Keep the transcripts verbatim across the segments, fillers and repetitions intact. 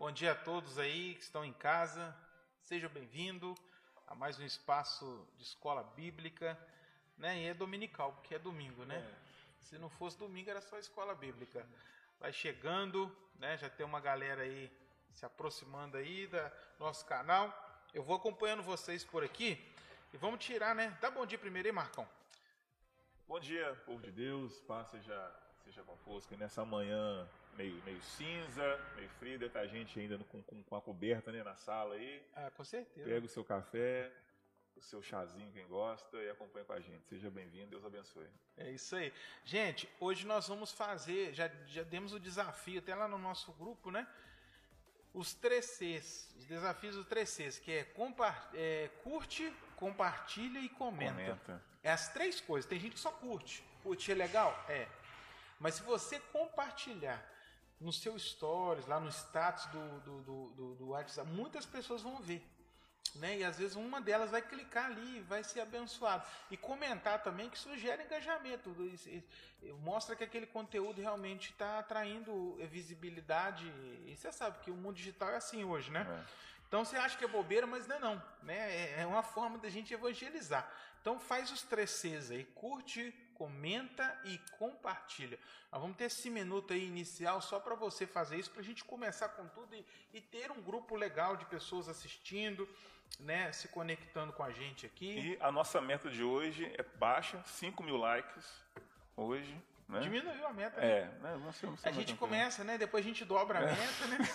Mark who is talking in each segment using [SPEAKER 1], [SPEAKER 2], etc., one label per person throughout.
[SPEAKER 1] Bom dia a todos aí que estão em casa. Seja bem-vindo a mais um espaço de escola bíblica, né? E é dominical, porque é domingo, né? É. Se não fosse domingo, era só escola bíblica. Vai chegando, né? Já tem uma galera aí se aproximando aí do nosso canal. Eu vou acompanhando vocês por aqui e vamos tirar, né? Dá bom dia primeiro aí, Marcão.
[SPEAKER 2] Bom dia, povo de Deus. Paz seja, seja convosco nessa manhã meio, meio cinza, meio frio. Deve estar gente ainda com, com, com a coberta, né, na sala aí.
[SPEAKER 1] Ah, com certeza.
[SPEAKER 2] Pega o seu café, o seu chazinho, quem gosta, e acompanha com a gente. Seja bem-vindo, Deus abençoe.
[SPEAKER 1] É isso aí. Gente, hoje nós vamos fazer, já, já demos o desafio até lá no nosso grupo, né? Os três Cs, os desafios dos três Cs, que é, compa é curte, compartilha e comenta. comenta. É as três coisas. Tem gente que só curte. Curtir é legal? É. Mas se você compartilhar no seu stories, lá no status do, do, do, do, do WhatsApp, muitas pessoas vão ver. Né? E às vezes uma delas vai clicar ali, vai ser abençoado. E comentar também, que isso gera engajamento. Mostra que aquele conteúdo realmente está atraindo visibilidade. E você sabe que o mundo digital é assim hoje, né? É. Então você acha que é bobeira, mas não é não. Né? É uma forma da gente evangelizar. Então faz os três Cs aí. Curte, comenta e compartilha. Nós vamos ter esse minuto aí inicial só para você fazer isso, para a gente começar com tudo e, e ter um grupo legal de pessoas assistindo, né, se conectando com a gente aqui.
[SPEAKER 2] E a nossa meta de hoje é baixa, cinco mil likes hoje. Né?
[SPEAKER 1] Diminuiu a meta.
[SPEAKER 2] É, né? Não sei, não sei
[SPEAKER 1] a gente começa, né? Depois a gente dobra a
[SPEAKER 2] é.
[SPEAKER 1] meta, né?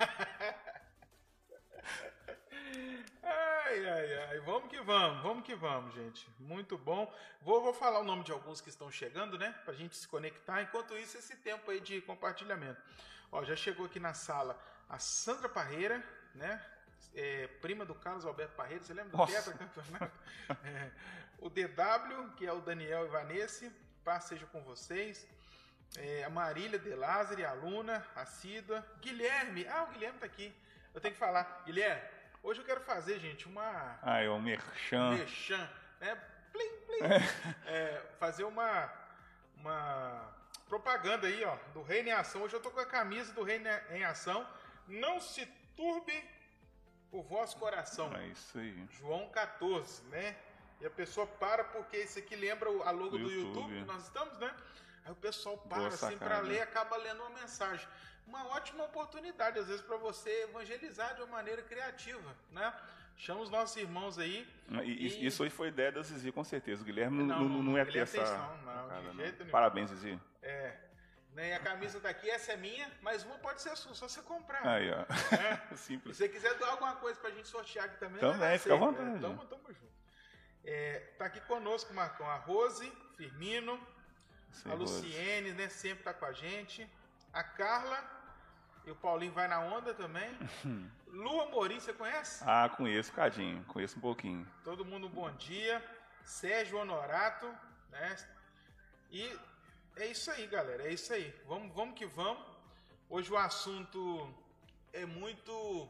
[SPEAKER 1] Ai, ai, ai. Vamos que vamos, vamos que vamos, gente. Muito bom. Vou, vou falar o nome de alguns que estão chegando, né? Pra gente se conectar. Enquanto isso, esse tempo aí de compartilhamento. Ó, já chegou aqui na sala a Sandra Parreira, né? É, prima do Carlos Alberto Parreira. Você lembra do tetracampeonato? É, o D W, que é o Daniel e Vanessa. Paz seja com vocês. É, a Marília De Lázari, aluna, assídua. Guilherme. Ah, o Guilherme tá aqui. Eu tenho que falar. Guilherme. Hoje eu quero fazer, gente, uma...
[SPEAKER 2] Ah, é o merchan.
[SPEAKER 1] Merchan, né? Plim, plim. É, fazer uma, uma propaganda aí, ó, do Reino em Ação. Hoje eu tô com a camisa do Reino em Ação. Não se turbe o vosso coração.
[SPEAKER 2] É isso aí.
[SPEAKER 1] João quatorze, né? E a pessoa para porque isso aqui lembra a logo do, do YouTube. YouTube que nós estamos, né? Aí o pessoal para assim para ler, acaba lendo uma mensagem. Uma ótima oportunidade, às vezes, para você evangelizar de uma maneira criativa, né? Chama os nossos irmãos aí.
[SPEAKER 2] E, e... Isso aí foi ideia da Zizi, com certeza. O Guilherme não, não, não, não ia ter essa...
[SPEAKER 1] Não, não, cara, de jeito nenhum.
[SPEAKER 2] Parabéns, Zizi.
[SPEAKER 1] É. Né? E a camisa tá aqui, essa é minha, mas uma pode ser sua, só você comprar.
[SPEAKER 2] Aí, ó.
[SPEAKER 1] É.
[SPEAKER 2] Simples.
[SPEAKER 1] Se você quiser doar alguma coisa pra gente sortear aqui também,
[SPEAKER 2] também, fica à vontade.
[SPEAKER 1] É, tamo, tamo junto. É, tá aqui conosco, Marcão, a Rose, Firmino, Sim, a Luciene, né? Sempre tá com a gente. A Carla... E o Paulinho vai na onda também. Lu Amorim, você conhece?
[SPEAKER 2] Ah, conheço, Cadinho. Conheço um pouquinho.
[SPEAKER 1] Todo mundo, bom dia. Sérgio Honorato, né? E é isso aí, galera. É isso aí. Vamos, vamos que vamos. Hoje o assunto é muito...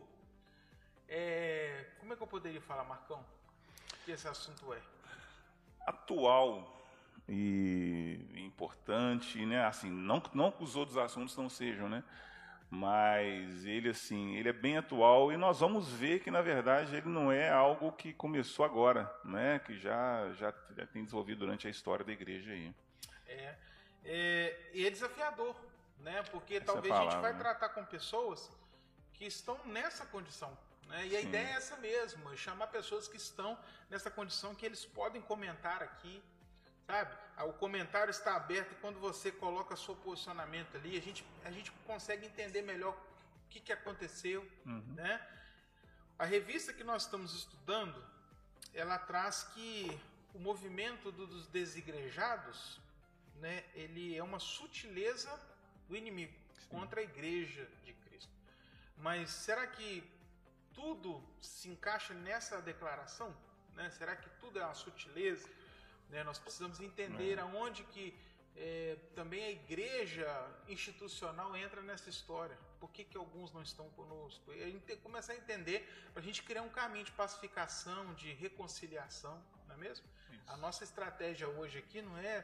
[SPEAKER 1] É... Como é que eu poderia falar, Marcão? O que esse assunto é?
[SPEAKER 2] Atual e importante, né? Assim, não, não que os outros assuntos não sejam, né? Mas ele assim, ele é bem atual e nós vamos ver que na verdade ele não é algo que começou agora, né? Que já já, já tem desenvolvido durante a história da igreja aí.
[SPEAKER 1] É, é e é desafiador, né? Porque
[SPEAKER 2] Essa
[SPEAKER 1] talvez
[SPEAKER 2] palavra,
[SPEAKER 1] a gente vai
[SPEAKER 2] né?
[SPEAKER 1] tratar com pessoas que estão nessa condição, né? E a Sim. ideia é essa mesmo, é chamar pessoas que estão nessa condição que eles podem comentar aqui. Sabe? O comentário está aberto e quando você coloca seu posicionamento ali, a gente, a gente consegue entender melhor o que, que aconteceu.
[SPEAKER 2] Uhum.
[SPEAKER 1] Né? A revista que nós estamos estudando, ela traz que o movimento do, dos desigrejados, né, ele é uma sutileza do inimigo Sim. contra a igreja de Cristo. Mas será que tudo se encaixa nessa declaração? Né? Será que tudo é uma sutileza? Né, nós precisamos entender é. aonde que é, também a igreja institucional entra nessa história. Por que, que alguns não estão conosco? E a gente tem que começar a entender para a gente criar um caminho de pacificação, de reconciliação, não é mesmo? Isso. A nossa estratégia hoje aqui não é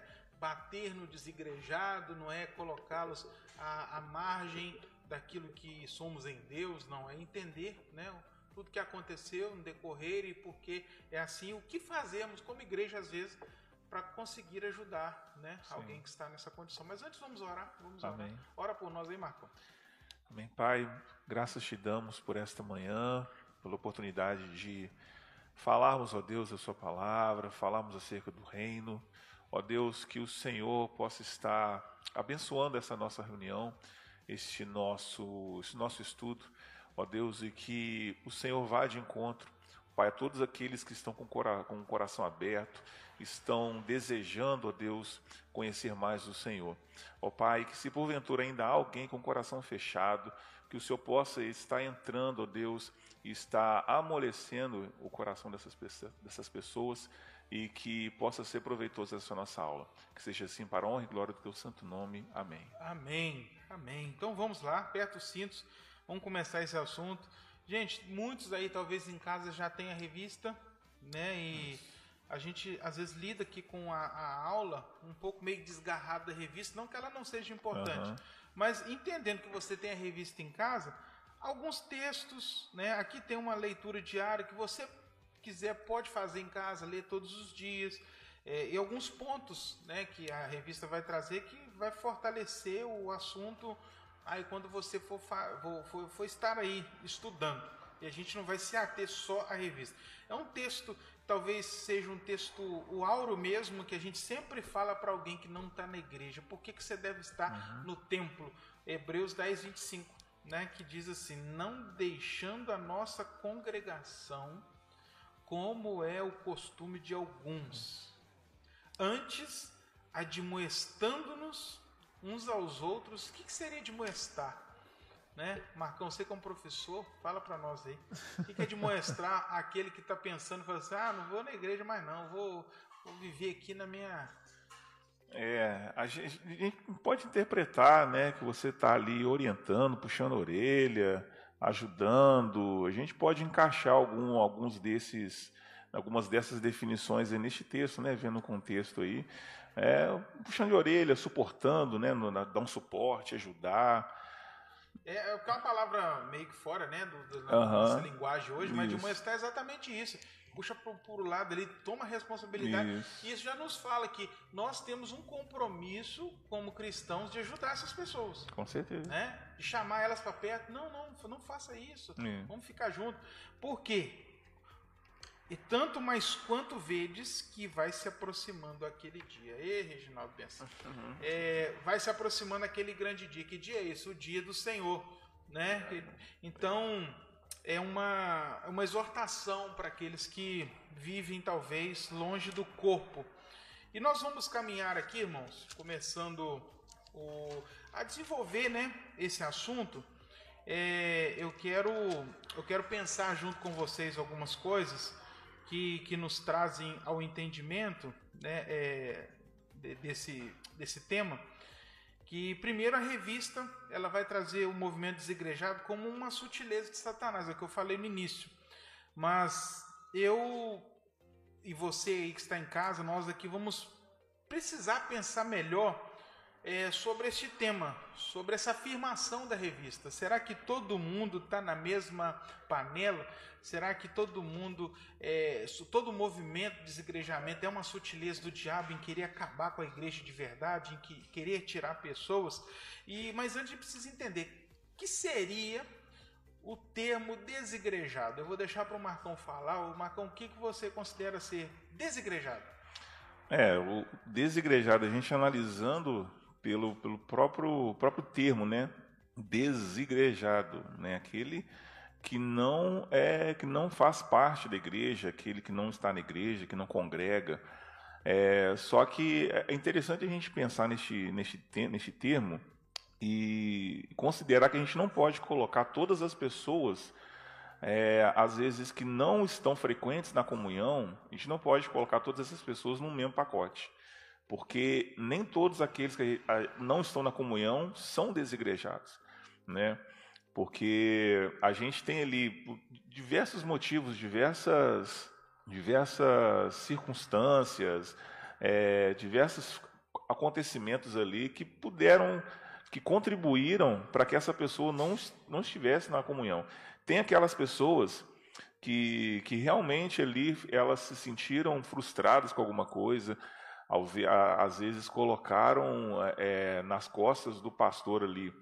[SPEAKER 1] bater no desigrejado, não é colocá-los à, à margem daquilo que somos em Deus, não, é entender, né, tudo que aconteceu no decorrer e porque é assim, o que fazemos como igreja às vezes para conseguir ajudar, né, alguém que está nessa condição. Mas antes vamos orar, vamos
[SPEAKER 2] Amém.
[SPEAKER 1] orar. Ora por nós aí, Marcão.
[SPEAKER 2] Amém. Pai, graças te damos por esta manhã, pela oportunidade de falarmos, ó Deus, a sua palavra, falarmos acerca do reino. Ó Deus, que o Senhor possa estar abençoando essa nossa reunião, este nosso, este nosso estudo, ó Deus, e que o Senhor vá de encontro, Pai, a todos aqueles que estão com, cora com o coração aberto, estão desejando, ó Deus, conhecer mais do Senhor. Ó Pai, que se porventura ainda há alguém com o coração fechado, que o Senhor possa estar entrando, ó Deus, e estar amolecendo o coração dessas, dessas pessoas, e que possa ser proveitoso essa nossa aula. Que seja assim para a honra e glória do teu santo nome. Amém.
[SPEAKER 1] Amém. Amém. Então vamos lá, aperta os cintos, vamos começar esse assunto. Gente, muitos aí talvez em casa já tenham a revista, né? E a gente às vezes lida aqui com a, a aula um pouco meio desgarrado da revista, não que ela não seja importante, uhum. mas entendendo que você tem a revista em casa, alguns textos, né? Aqui tem uma leitura diária que você quiser pode fazer em casa, ler todos os dias, é, e alguns pontos, né, que a revista vai trazer que vai fortalecer o assunto aí quando você for, for, for estar aí estudando, e a gente não vai se ater só à revista. É um texto, talvez seja um texto, o auro mesmo, que a gente sempre fala para alguém que não está na igreja, por que, que você deve estar uhum. no templo? Hebreus dez, vinte e cinco, né, que diz assim, não deixando a nossa congregação, como é o costume de alguns, antes admoestando-nos uns aos outros. O que, que seria admoestar? Né? Marcão, você como professor, fala para nós aí. O que, que é admoestar aquele que está pensando, fala assim, ah, não vou na igreja mais não, vou, vou viver aqui na minha...
[SPEAKER 2] É, a gente, a gente pode interpretar, né, que você está ali orientando, puxando a orelha, ajudando. A gente pode encaixar algum, alguns desses, algumas dessas definições aí neste texto, né, vendo o contexto aí, é, puxando de orelha, suportando, né, no, na, dar um suporte, ajudar.
[SPEAKER 1] É, é uma palavra meio que fora, né, do, do, da uhum. nossa linguagem hoje, mas admoestar é exatamente isso. Puxa para o lado ali, toma responsabilidade. Isso. E isso já nos fala que nós temos um compromisso como cristãos de ajudar essas pessoas.
[SPEAKER 2] Com certeza.
[SPEAKER 1] Né? De chamar elas para perto. Não, não, não faça isso. Isso. Vamos ficar juntos. Por quê? E tanto mais quanto vedes que vai se aproximando aquele dia. Ei, Reginaldo, pensa. Uhum. É, vai se aproximando aquele grande dia. Que dia é esse? O dia do Senhor. Né? Então... é uma, uma exortação para aqueles que vivem, talvez, longe do corpo. E nós vamos caminhar aqui, irmãos, começando o, a desenvolver, né, esse assunto. É, eu, quero, eu quero pensar junto com vocês algumas coisas que, que nos trazem ao entendimento, né, é, desse, desse tema. Que primeiro a revista ela vai trazer o movimento desigrejado como uma sutileza de Satanás, é o que eu falei no início. Mas eu e você aí que está em casa, nós aqui vamos precisar pensar melhor é, sobre este tema, sobre essa afirmação da revista. Será que todo mundo está na mesma panela? Será que todo mundo, é, todo movimento de desigrejamento é uma sutileza do diabo em querer acabar com a igreja de verdade, em que, querer tirar pessoas? E, mas antes a gente precisa entender o que seria o termo desigrejado. Eu vou deixar para o Marcão falar. O Marcão, o que, que você considera ser desigrejado?
[SPEAKER 2] É, o desigrejado, a gente analisando pelo, pelo próprio, próprio termo, né? Desigrejado, né? Aquele que não é, que não faz parte da igreja, aquele que não está na igreja, que não congrega. É, só que é interessante a gente pensar neste, neste, neste termo e considerar que a gente não pode colocar todas as pessoas, é, às vezes, que não estão frequentes na comunhão, a gente não pode colocar todas essas pessoas no mesmo pacote. Porque nem todos aqueles que não estão na comunhão são desigrejados, né? Porque a gente tem ali diversos motivos, diversas, diversas circunstâncias, é, diversas acontecimentos ali que puderam, que contribuíram para que essa pessoa não, não estivesse na comunhão. Tem aquelas pessoas que, que realmente ali elas se sentiram frustradas com alguma coisa, ao ver, a, às vezes colocaram é, nas costas do pastor ali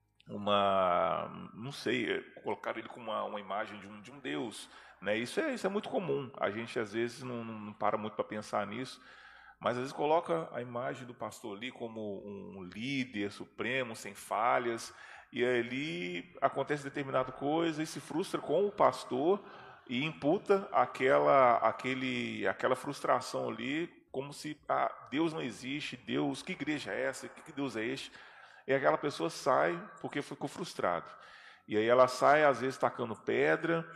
[SPEAKER 2] uma, não sei, colocaram ele com uma, uma imagem de um, de um Deus, né? Isso é, isso é muito comum, a gente às vezes não, não para muito para pensar nisso, mas às vezes coloca a imagem do pastor ali como um líder supremo, sem falhas, e ali acontece determinada coisa e se frustra com o pastor e imputa aquela, aquele, aquela frustração ali, como se ah, Deus não existe, Deus, que igreja é essa, que Deus é este? E aquela pessoa sai porque ficou frustrado. E aí ela sai, às vezes, tacando pedra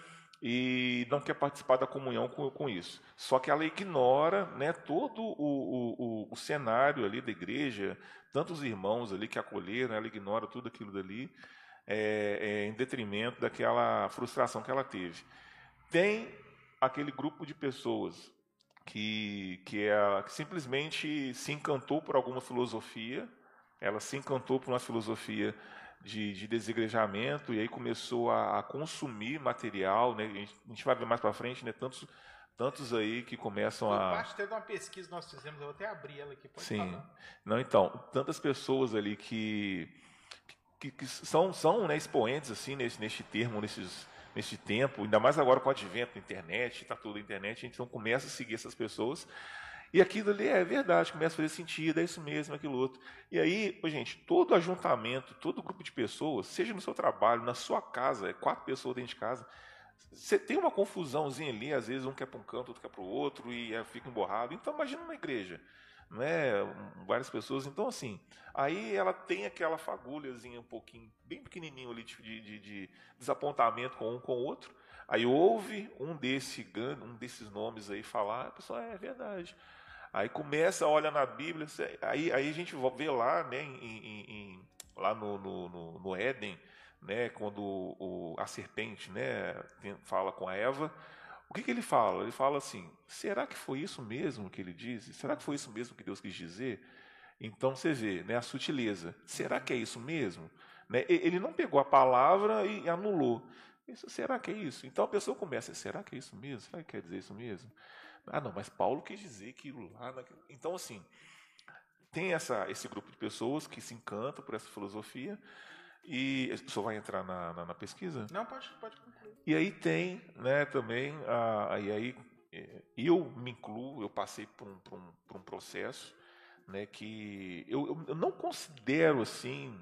[SPEAKER 2] e não quer participar da comunhão com, com isso. Só que ela ignora, né, todo o, o, o, o cenário ali da igreja, tantos irmãos ali que acolheram, ela ignora tudo aquilo dali, é, é, em detrimento daquela frustração que ela teve. Tem aquele grupo de pessoas que, que, é, que simplesmente se encantou por alguma filosofia, ela se encantou por uma filosofia de, de desigrejamento e aí começou a, a consumir material, né? A gente, a gente vai ver mais para frente, né? Tantos, tantos aí que começam
[SPEAKER 1] Foi
[SPEAKER 2] a...
[SPEAKER 1] parte até de uma pesquisa que nós fizemos, eu vou até abrir ela aqui, pode
[SPEAKER 2] Sim.
[SPEAKER 1] falar.
[SPEAKER 2] Não, então, tantas pessoas ali que, que, que são, são né, expoentes assim, nesse, neste termo, nesses, neste tempo, ainda mais agora com o advento da internet, está tudo na internet, a gente então começa a seguir essas pessoas. E aquilo ali é verdade, começa a fazer sentido, é isso mesmo, aquilo outro. E aí, gente, todo ajuntamento, todo grupo de pessoas, seja no seu trabalho, na sua casa, é quatro pessoas dentro de casa, você tem uma confusãozinha ali, às vezes um quer para um canto, outro quer para o outro, e fica emborrado. Então, imagina uma igreja, não é? Várias pessoas. Então, assim, aí ela tem aquela fagulhazinha um pouquinho, bem pequenininho ali, de, de, de desapontamento com um com o outro. Aí ouve um, desse, um desses nomes aí falar, a pessoa, é, é verdade. Aí começa, olha na Bíblia, aí, aí a gente vê lá, né, em, em, em, lá no, no, no Éden, né, quando o, a serpente, né, fala com a Eva, o que, que ele fala? Ele fala assim, será que foi isso mesmo que ele disse? Será que foi isso mesmo que Deus quis dizer? Então você vê, né, a sutileza. Será que é isso mesmo? Né, ele não pegou a palavra e anulou. Isso, será que é isso? Então a pessoa começa, será que é isso mesmo? Será que quer dizer isso mesmo? Ah, não, mas Paulo quis dizer aquilo lá. Naquilo. Então, assim, tem essa, esse grupo de pessoas que se encantam por essa filosofia. E o senhor vai entrar na, na, na pesquisa?
[SPEAKER 1] Não, pode, pode concluir.
[SPEAKER 2] E aí tem, né, também, a, e aí eu me incluo, eu passei por um, por um, por um processo, né, que eu, eu não considero, assim,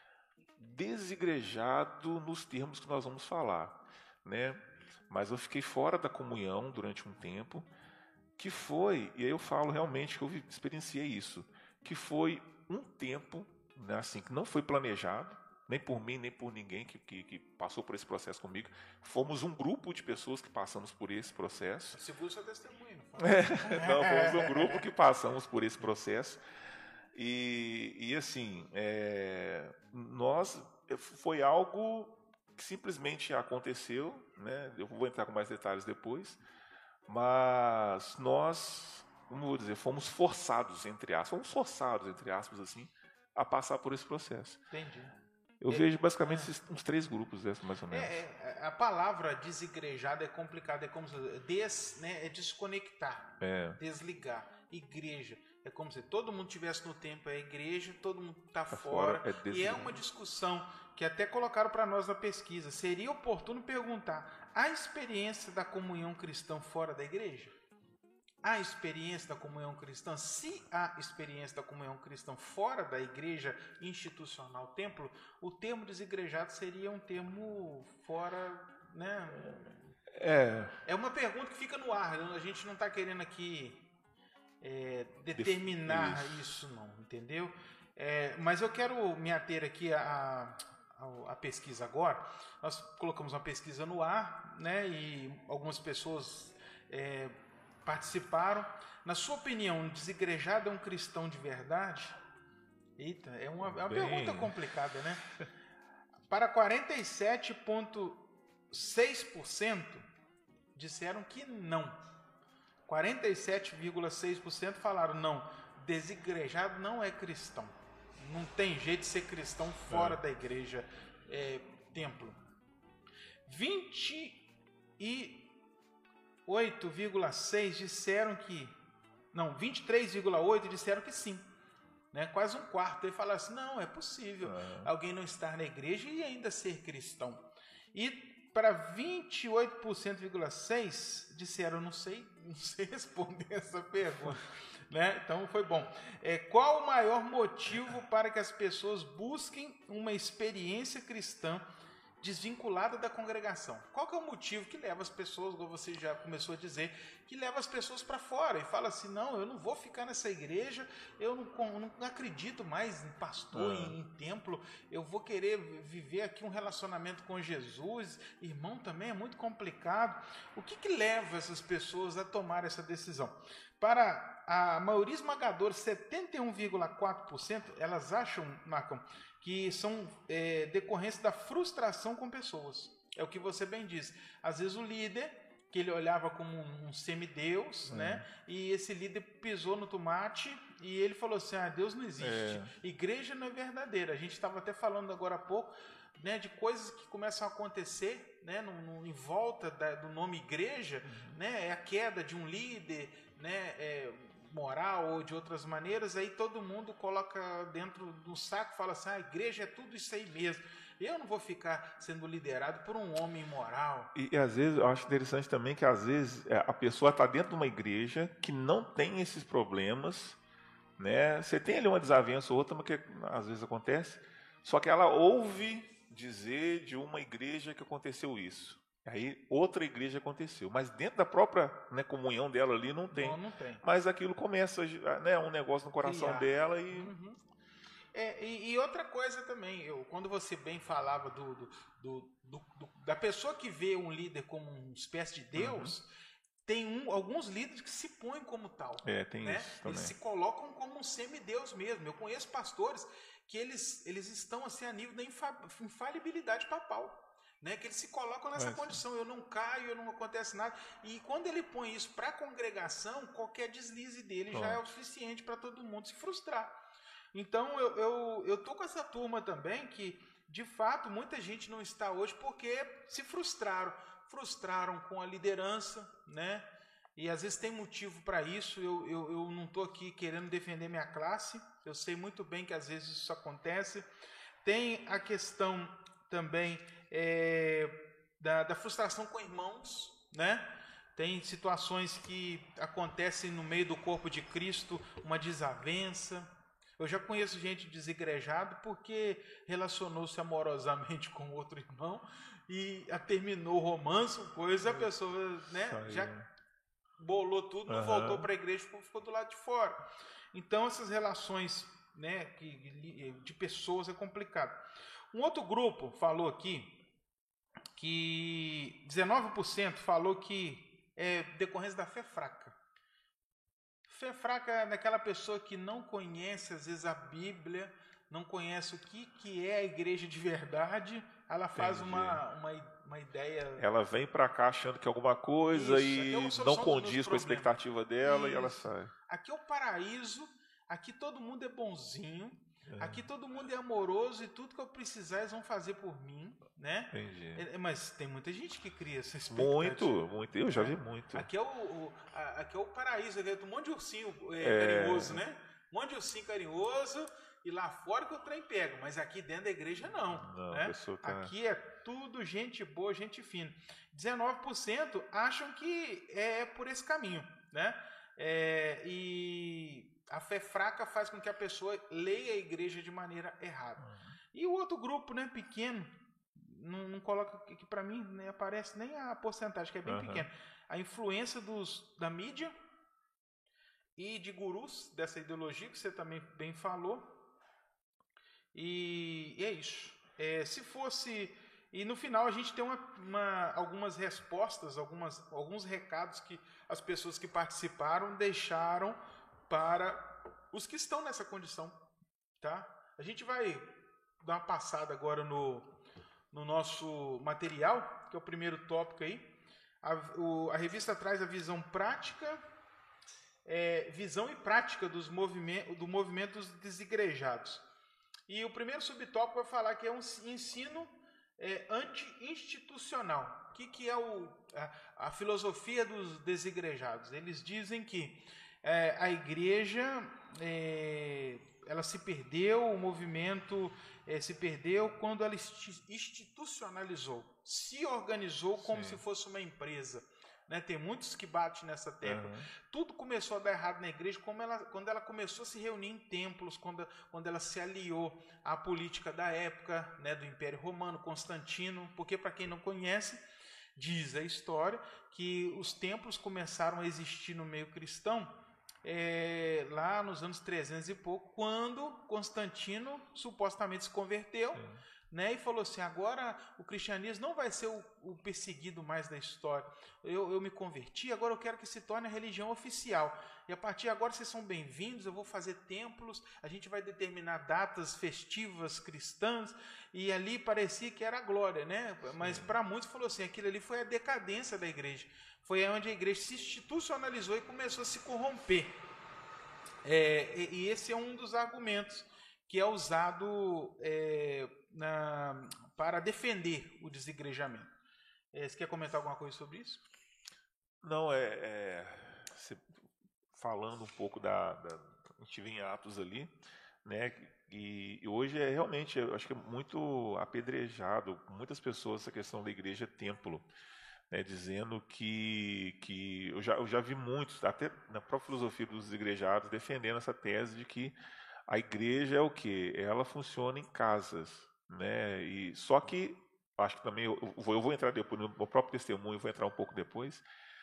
[SPEAKER 2] desigrejado nos termos que nós vamos falar, né? Mas eu fiquei fora da comunhão durante um tempo, que foi, e aí eu falo realmente que eu experienciei isso, que foi um tempo, né, assim, que não foi planejado, nem por mim, nem por ninguém que, que, que passou por esse processo comigo. Fomos um grupo de pessoas que passamos por esse processo.
[SPEAKER 1] Segura seu testemunho.
[SPEAKER 2] Não, não fomos um grupo que passamos por esse processo. E, e assim, é, nós, foi algo que simplesmente aconteceu, né? Eu vou entrar com mais detalhes depois, mas nós, como vou dizer, fomos forçados, entre aspas, fomos forçados, entre aspas, assim, a passar por esse processo.
[SPEAKER 1] Entendi.
[SPEAKER 2] Eu
[SPEAKER 1] é,
[SPEAKER 2] vejo basicamente esses, uns três grupos desses, mais ou menos.
[SPEAKER 1] É, é, a palavra desigrejada é complicada, é como se des, né, é desconectar,
[SPEAKER 2] é.
[SPEAKER 1] desligar. Igreja é como se todo mundo estivesse no templo, é a igreja, todo mundo está
[SPEAKER 2] Tá
[SPEAKER 1] fora.
[SPEAKER 2] fora é
[SPEAKER 1] e é uma discussão que até colocaram para nós na pesquisa. Seria oportuno perguntar: a experiência da comunhão cristã fora da igreja? A experiência da comunhão cristã, se há experiência da comunhão cristã fora da igreja institucional, templo, o termo desigrejado seria um termo fora, né?
[SPEAKER 2] É.
[SPEAKER 1] É uma pergunta que fica no ar, a gente não está querendo aqui é, determinar isso. isso não, entendeu? É, mas eu quero me ater aqui a, a, a pesquisa agora. Nós colocamos uma pesquisa no ar, né? E algumas pessoas é, participaram. Na sua opinião, um desigrejado é um cristão de verdade? Eita, é uma, é uma pergunta complicada, né? Para quarenta e sete vírgula seis por cento disseram que não. quarenta e sete vírgula seis por cento falaram não. desigrejado não é cristão. Não tem jeito de ser cristão fora é. da igreja, é, templo. vinte e oito vírgula seis disseram que... Não, vinte e três vírgula oito disseram que sim. Né? Quase um quarto. Ele fala assim, não, é possível é. alguém não estar na igreja e ainda ser cristão. E para vinte e oito vírgula seis por cento disseram, não sei, não sei responder essa pergunta. Né? Então foi bom. É, qual o maior motivo para que as pessoas busquem uma experiência cristã desvinculada da congregação? Qual que é o motivo que leva as pessoas, como você já começou a dizer, que leva as pessoas para fora e fala assim, não, eu não vou ficar nessa igreja, eu não, não acredito mais em pastor, uhum. em, em templo, eu vou querer viver aqui um relacionamento com Jesus, irmão, também é muito complicado. O que que leva essas pessoas a tomar essa decisão? Para a maioria esmagadora, setenta e um vírgula quatro por cento, elas acham, Marcão, que são é, decorrência da frustração com pessoas. É o que você bem disse. Às vezes o líder, que ele olhava como um, um semideus, é. né? E esse líder pisou no tomate e ele falou assim, ah, Deus não existe. É. Igreja não é verdadeira. A gente estava até falando agora há pouco, né, de coisas que começam a acontecer, né, no, no, em volta da, do nome igreja, uhum. né? É a queda de um líder, né, é, moral ou de outras maneiras, aí todo mundo coloca dentro do saco e fala assim, ah, a igreja é tudo isso aí mesmo. Eu não vou ficar sendo liderado por um homem imoral.
[SPEAKER 2] E, e às vezes, eu acho interessante também que às vezes a pessoa está dentro de uma igreja que não tem esses problemas, né? Você tem ali uma desavença ou outra, mas que às vezes acontece, só que ela ouve dizer de uma igreja que aconteceu isso. Aí outra igreja aconteceu, mas dentro da própria, né, comunhão dela ali não tem.
[SPEAKER 1] Não, não tem.
[SPEAKER 2] Mas aquilo começa, né, um negócio no coração Criar. dela e...
[SPEAKER 1] Uhum. É, e, e outra coisa também, eu, quando você bem falava do, do, do, do, do, da pessoa que vê um líder como uma espécie de Deus, uhum. tem um, alguns líderes que se põem como tal.
[SPEAKER 2] É, tem
[SPEAKER 1] né?
[SPEAKER 2] isso também.
[SPEAKER 1] Eles se colocam como um semideus mesmo. Eu conheço pastores que eles, eles estão assim, a nível da infalibilidade papal. Né, que eles se colocam nessa é, condição, eu não caio, eu não acontece nada. E quando ele põe isso para a congregação, qualquer deslize dele Pronto. já é o suficiente para todo mundo se frustrar. Então eu, eu, eu tô com essa turma também que, de fato, muita gente não está hoje porque se frustraram. Frustraram com a liderança, né? E às vezes tem motivo para isso. Eu, eu, eu não estou aqui querendo defender minha classe, eu sei muito bem que às vezes isso acontece. Tem a questão também é, da, da frustração com irmãos, né? Tem situações que acontecem no meio do corpo de Cristo, uma desavença. Eu já conheço gente desigrejada porque relacionou-se amorosamente com outro irmão e terminou o romance, coisa, a pessoa, né, já bolou tudo, não uhum. voltou para a igreja, ficou, ficou do lado de fora. Então essas relações, né, que, de pessoas é complicado. Um outro grupo falou aqui que dezenove por cento falou que é decorrência da fé fraca. Fé fraca é daquela pessoa que não conhece, às vezes, a Bíblia, não conhece o que, que é a igreja de verdade, ela faz uma, uma, uma ideia...
[SPEAKER 2] Ela vem para cá achando que é alguma coisa Isso, e não condiz com a expectativa dela Isso. e ela sai.
[SPEAKER 1] Aqui é o paraíso, aqui todo mundo é bonzinho, É. aqui todo mundo é amoroso e tudo que eu precisar eles vão fazer por mim, né?
[SPEAKER 2] Entendi.
[SPEAKER 1] É, mas tem muita gente que cria essa expectativa.
[SPEAKER 2] Muito, muito. Eu já vi muito.
[SPEAKER 1] Aqui é o, o, a, aqui é o paraíso, aqui é um monte de ursinho é, carinhoso, é. né? Um monte de ursinho carinhoso e lá fora que o trem pega, mas aqui dentro da igreja não.
[SPEAKER 2] Não,
[SPEAKER 1] né?
[SPEAKER 2] pessoa tá...
[SPEAKER 1] Aqui é tudo gente boa, gente fina. dezenove por cento acham que é por esse caminho, né? É, e... a fé fraca faz com que a pessoa leia a igreja de maneira errada. Uhum. E o outro grupo, né, pequeno, não, não coloca aqui para mim, nem aparece nem a porcentagem, que é bem uhum. pequena. A influência dos, da mídia e de gurus dessa ideologia, que você também bem falou. E, e é isso. É, se fosse... E no final a gente tem uma, uma, algumas respostas, algumas, alguns recados que as pessoas que participaram deixaram para os que estão nessa condição, tá? A gente vai dar uma passada agora no, no nosso material, que é o primeiro tópico aí. A, o, a revista traz a visão prática é, visão e prática dos movimentos, do movimento dos desigrejados. E o primeiro subtópico vai falar que é um ensino é, anti-institucional. O que, que é o, a, a filosofia dos desigrejados? Eles dizem que é, a igreja é, ela se perdeu, o movimento é, se perdeu quando ela institucionalizou, se organizou como Sim. se fosse uma empresa. Né, tem muitos que batem nessa tecla. Uhum. Tudo começou a dar errado na igreja como ela, quando ela começou a se reunir em templos, quando, quando ela se aliou à política da época, né, do Império Romano, Constantino, porque, para quem não conhece, diz a história que os templos começaram a existir no meio cristão é, lá nos anos trezentos e pouco, quando Constantino supostamente se converteu. Sim. Né, e falou assim, agora o cristianismo não vai ser o, o perseguido mais da história. Eu, eu me converti, agora eu quero que se torne a religião oficial. E a partir de agora vocês são bem-vindos, eu vou fazer templos, a gente vai determinar datas festivas cristãs, e ali parecia que era a glória, né? Mas para muitos falou assim, aquilo ali foi a decadência da igreja. Foi onde a igreja se institucionalizou e começou a se corromper. É, e, e esse é um dos argumentos que é usado é, na, para defender o desigrejamento. É, você quer comentar alguma coisa sobre isso?
[SPEAKER 3] Não, é, é falando um pouco da, da a gente vê em Atos ali, né? E, e hoje é realmente, eu acho que é muito apedrejado, muitas pessoas essa questão da igreja templo, né, dizendo que que eu já eu já vi muitos, até na própria filosofia dos desigrejados, defendendo essa tese de que a igreja é o quê? Ela funciona em casas, né? E só que acho que também eu vou, eu vou entrar depois no meu próprio testemunho, vou entrar um pouco depois,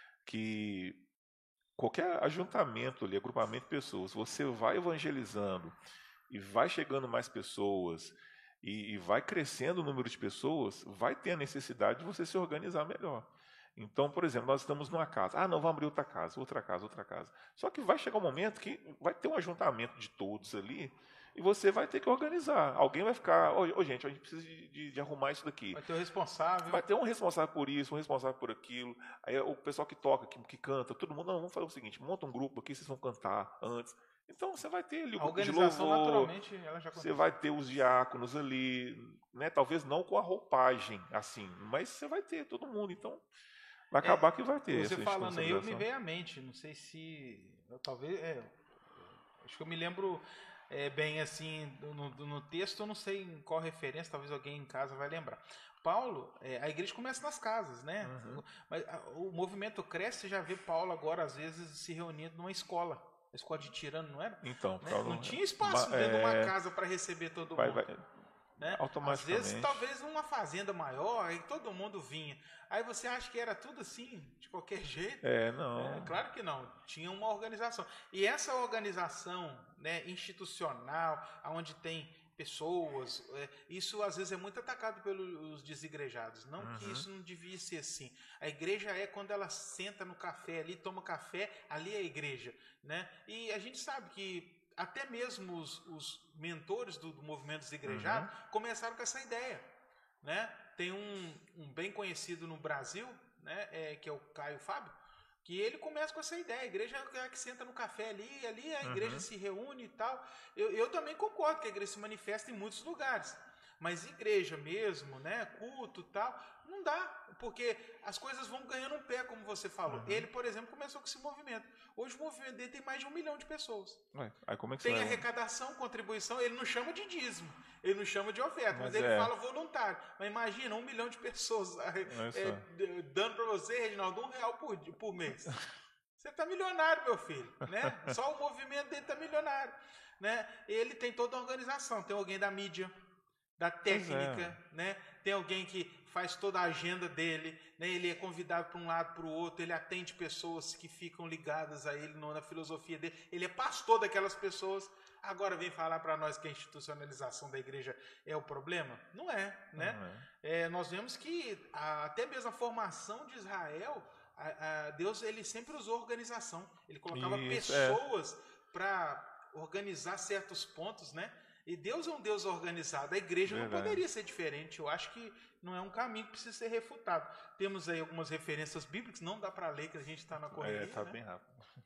[SPEAKER 3] que qualquer ajuntamento ali, agrupamento de pessoas, você vai evangelizando e vai chegando mais pessoas e, e vai crescendo o número de pessoas, vai ter a necessidade de você se organizar melhor. Então, por exemplo, nós estamos numa casa. Ah, não, vamos abrir outra casa, outra casa, outra casa. Só que vai chegar um momento que vai ter um ajuntamento de todos ali e você vai ter que organizar. Alguém vai ficar, ô, oh, gente, a gente precisa de, de, de arrumar isso daqui.
[SPEAKER 1] Vai ter um responsável.
[SPEAKER 3] Vai ter um responsável por isso, um responsável por aquilo. Aí o pessoal que toca, que, que canta, todo mundo, não, vamos fazer o seguinte, monta um grupo aqui, vocês vão cantar antes. Então, você vai ter ali o grupo de louvor,
[SPEAKER 1] naturalmente, ela já
[SPEAKER 3] você vai ter os diáconos ali, né? Talvez não com a roupagem, assim, mas você vai ter todo mundo, então... Vai acabar é, que vai ter.
[SPEAKER 1] Você falando aí, eu me veio à mente. Não sei se. Eu, talvez. É, acho que eu me lembro é, bem assim no, no texto, eu não sei em qual referência, talvez alguém em casa vai lembrar. Paulo, é, a igreja começa nas casas, né? Uhum. Mas a, o movimento cresce, você já vê Paulo agora, às vezes, se reunindo numa escola. A escola de tirano, não era?
[SPEAKER 3] Então,
[SPEAKER 1] né?
[SPEAKER 3] Paulo,
[SPEAKER 1] não tinha espaço
[SPEAKER 3] é,
[SPEAKER 1] dentro de uma casa para receber todo
[SPEAKER 3] vai,
[SPEAKER 1] mundo.
[SPEAKER 3] Vai.
[SPEAKER 1] Né? Às vezes, talvez uma fazenda maior, aí todo mundo vinha. Aí você acha que era tudo assim, de qualquer jeito?
[SPEAKER 3] É, não.
[SPEAKER 1] É, claro que não. Tinha uma organização. E essa organização, né, institucional, onde tem pessoas, é, isso às vezes é muito atacado pelos desigrejados. Não uhum. que isso não devia ser assim. A igreja é quando ela senta no café ali, toma café, ali é a igreja. Né? E a gente sabe que até mesmo os, os mentores do, do movimento desigrejado uhum. começaram com essa ideia. Né? Tem um, um bem conhecido no Brasil, né, é, que é o Caio Fábio, que ele começa com essa ideia. A igreja é a que senta no café ali, ali a igreja uhum. se reúne e tal. Eu, eu também concordo que a igreja se manifesta em muitos lugares. Mas igreja mesmo, né, culto e tal, não dá, porque as coisas vão ganhando um pé, como você falou. Uhum. Ele, por exemplo, começou com esse movimento. Hoje o movimento dele tem mais de um milhão de pessoas.
[SPEAKER 3] Ué, aí como é que
[SPEAKER 1] tem
[SPEAKER 3] você
[SPEAKER 1] arrecadação, vai... contribuição, ele não chama de dízimo, ele não chama de oferta, mas, mas ele
[SPEAKER 3] é.
[SPEAKER 1] fala voluntário. Mas imagina, um milhão de pessoas é, dando para você, Reginaldo, um real por, por mês. Você está milionário, meu filho. Né? Só o movimento dele está milionário. Né? Ele tem toda a organização, tem alguém da mídia, da técnica, é. né? Tem alguém que faz toda a agenda dele, né? Ele é convidado para um lado, para o outro, ele atende pessoas que ficam ligadas a ele na filosofia dele, ele é pastor daquelas pessoas. Agora vem falar para nós que a institucionalização da igreja é o problema? Não é, né? Não é. É, nós vemos que a, até mesmo a formação de Israel, a, a Deus ele sempre usou organização, ele colocava Isso, pessoas é. para organizar certos pontos, né? E Deus é um Deus organizado. A igreja Verdade. Não poderia ser diferente. Eu acho que não é um caminho que precisa ser refutado. Temos aí algumas referências bíblicas. Não dá para ler que a gente está na correria.
[SPEAKER 3] É, tá
[SPEAKER 1] né?
[SPEAKER 3] bem rápido.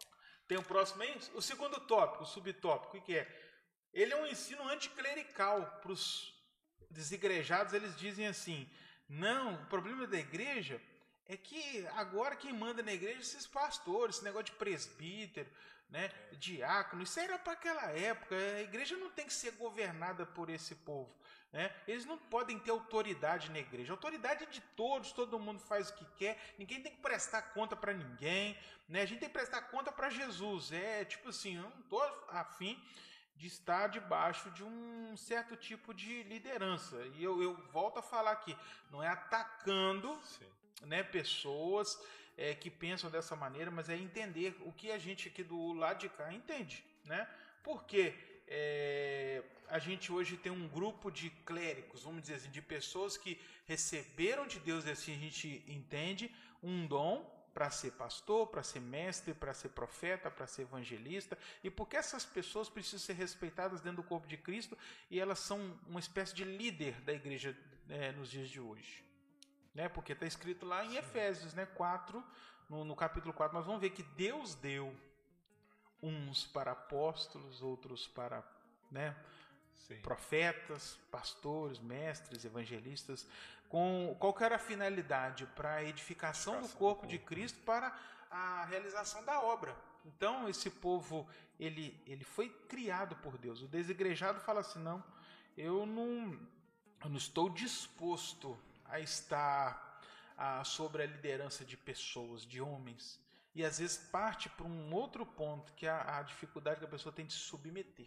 [SPEAKER 1] Tem o próximo aí? O segundo tópico, o subtópico, o que é? Ele é um ensino anticlerical para os desigrejados. Eles dizem assim, não, o problema da igreja é que agora quem manda na igreja são esses pastores, esse negócio de presbítero, né, diácono, isso era para aquela época. A igreja não tem que ser governada por esse povo, né? Eles não podem ter autoridade na igreja. A autoridade é de todos, todo mundo faz o que quer, ninguém tem que prestar conta para ninguém, né? A gente tem que prestar conta para Jesus. É tipo assim, eu não estou afim de estar debaixo de um certo tipo de liderança. E eu, eu volto a falar aqui, não é atacando, né, pessoas é, que pensam dessa maneira, mas é entender o que a gente aqui do lado de cá entende, né? Porque é, a gente hoje tem um grupo de clérigos, vamos dizer assim, de pessoas que receberam de Deus, assim a gente entende, um dom para ser pastor, para ser mestre, para ser profeta, para ser evangelista, e porque essas pessoas precisam ser respeitadas dentro do corpo de Cristo, e elas são uma espécie de líder da igreja é, nos dias de hoje, né? Porque está escrito lá em Sim. Efésios, né, quatro, no, no capítulo quatro, nós vamos ver que Deus deu uns para apóstolos, outros para, né, profetas, pastores, mestres, evangelistas. Com, qual que era a finalidade? Para a edificação, edificação do corpo de Cristo, para a realização da obra. Então, esse povo, ele, ele foi criado por Deus. O desigrejado fala assim, não, eu não, eu não estou disposto a estar a, sobre a liderança de pessoas, de homens. E às vezes parte para um outro ponto, que é a, a dificuldade que a pessoa tem de se submeter.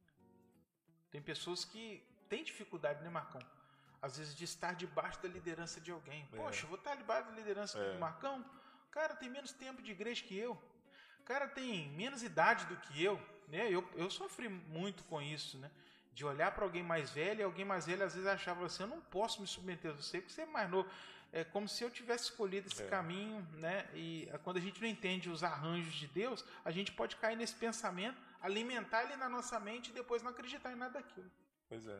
[SPEAKER 1] Tem pessoas que têm dificuldade, né, Marcão? Às vezes de estar debaixo da liderança de alguém. É. Poxa, eu vou estar debaixo da liderança é. do Marcão? O cara tem menos tempo de igreja que eu. O cara tem menos idade do que eu. Né? Eu, eu sofri muito com isso, né? De olhar para alguém mais velho, e alguém mais velho às vezes achava assim, eu não posso me submeter a você, porque você é mais novo. É como se eu tivesse escolhido esse é. caminho, né? E quando a gente não entende os arranjos de Deus, a gente pode cair nesse pensamento, alimentar ele na nossa mente e depois não acreditar em nada daquilo.
[SPEAKER 3] Pois é.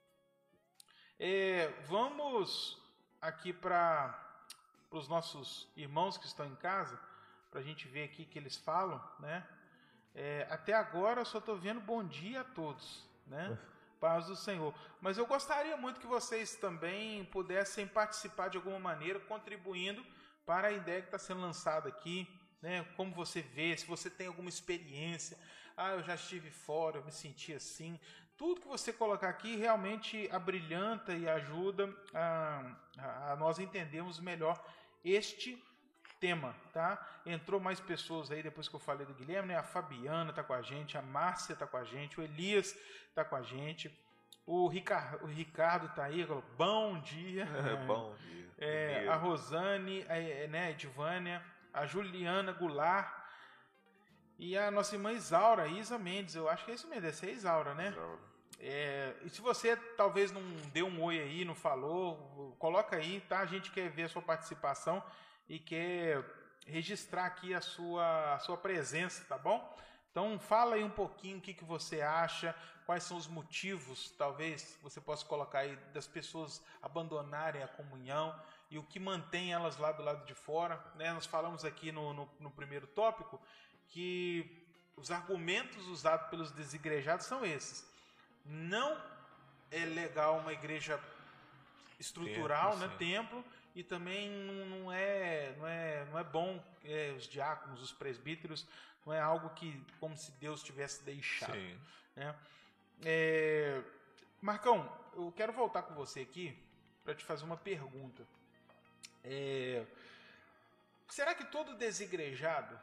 [SPEAKER 1] É, vamos aqui para os nossos irmãos que estão em casa, para a gente ver aqui o que eles falam, né? É, até agora eu só estou vendo bom dia a todos, né? Paz do Senhor. Mas eu gostaria muito que vocês também pudessem participar de alguma maneira, contribuindo para a ideia que está sendo lançada aqui, né? Como você vê, se você tem alguma experiência, ah, eu já estive fora, eu me senti assim. Tudo que você colocar aqui realmente abrilhanta e ajuda a, a, a nós entendermos melhor este tema, tá? Entrou mais pessoas aí depois que eu falei do Guilherme, né? A Fabiana está com a gente, a Márcia está com a gente, o Elias está com a gente, o Ricardo, o Ricardo está aí, bom dia.
[SPEAKER 3] É, bom dia.
[SPEAKER 1] É, a Rosane, a, né, a Edvânia, a Juliana Goulart e a nossa irmã Isaura, Isa Mendes, eu acho que é isso mesmo, essa é a Isaura, né? Isaura. É, e se você talvez não deu um oi aí, não falou, coloca aí, tá? A gente quer ver a sua participação e quer registrar aqui a sua, a sua presença, tá bom? Então fala aí um pouquinho o que, que você acha, quais são os motivos, talvez você possa colocar aí, das pessoas abandonarem a comunhão e o que mantém elas lá do lado de fora, né? Nós falamos aqui no, no, no primeiro tópico que os argumentos usados pelos desigrejados são esses. Não é legal uma igreja estrutural, templo, né, templo, e também não, não, é, não, é, não é bom é, os diáconos, os presbíteros, não é algo que, como se Deus tivesse deixado. Sim. Né? É, Marcão, eu quero voltar com você aqui para te fazer uma pergunta. É, será que todo desigrejado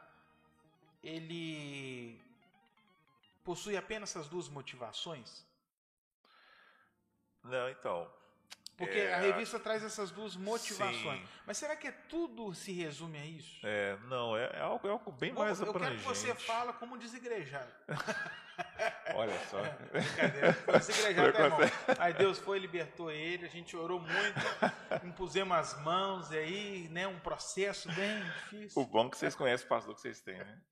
[SPEAKER 1] ele possui apenas essas duas motivações?
[SPEAKER 3] Não, então.
[SPEAKER 1] Porque é, a revista traz essas duas motivações. Sim. Mas será que é tudo se resume a isso?
[SPEAKER 3] É, não, é, é, algo, é algo bem Bom, mais
[SPEAKER 1] eu
[SPEAKER 3] abrangente.
[SPEAKER 1] Eu quero que você fala como desigrejado.
[SPEAKER 3] Olha só.
[SPEAKER 1] É, brincadeira. Desigrejado é bom. Aí Deus foi, libertou ele, a gente orou muito, impusemos as mãos, e aí, né, um processo bem difícil.
[SPEAKER 3] O bom é que vocês conhecem o pastor que vocês têm, né?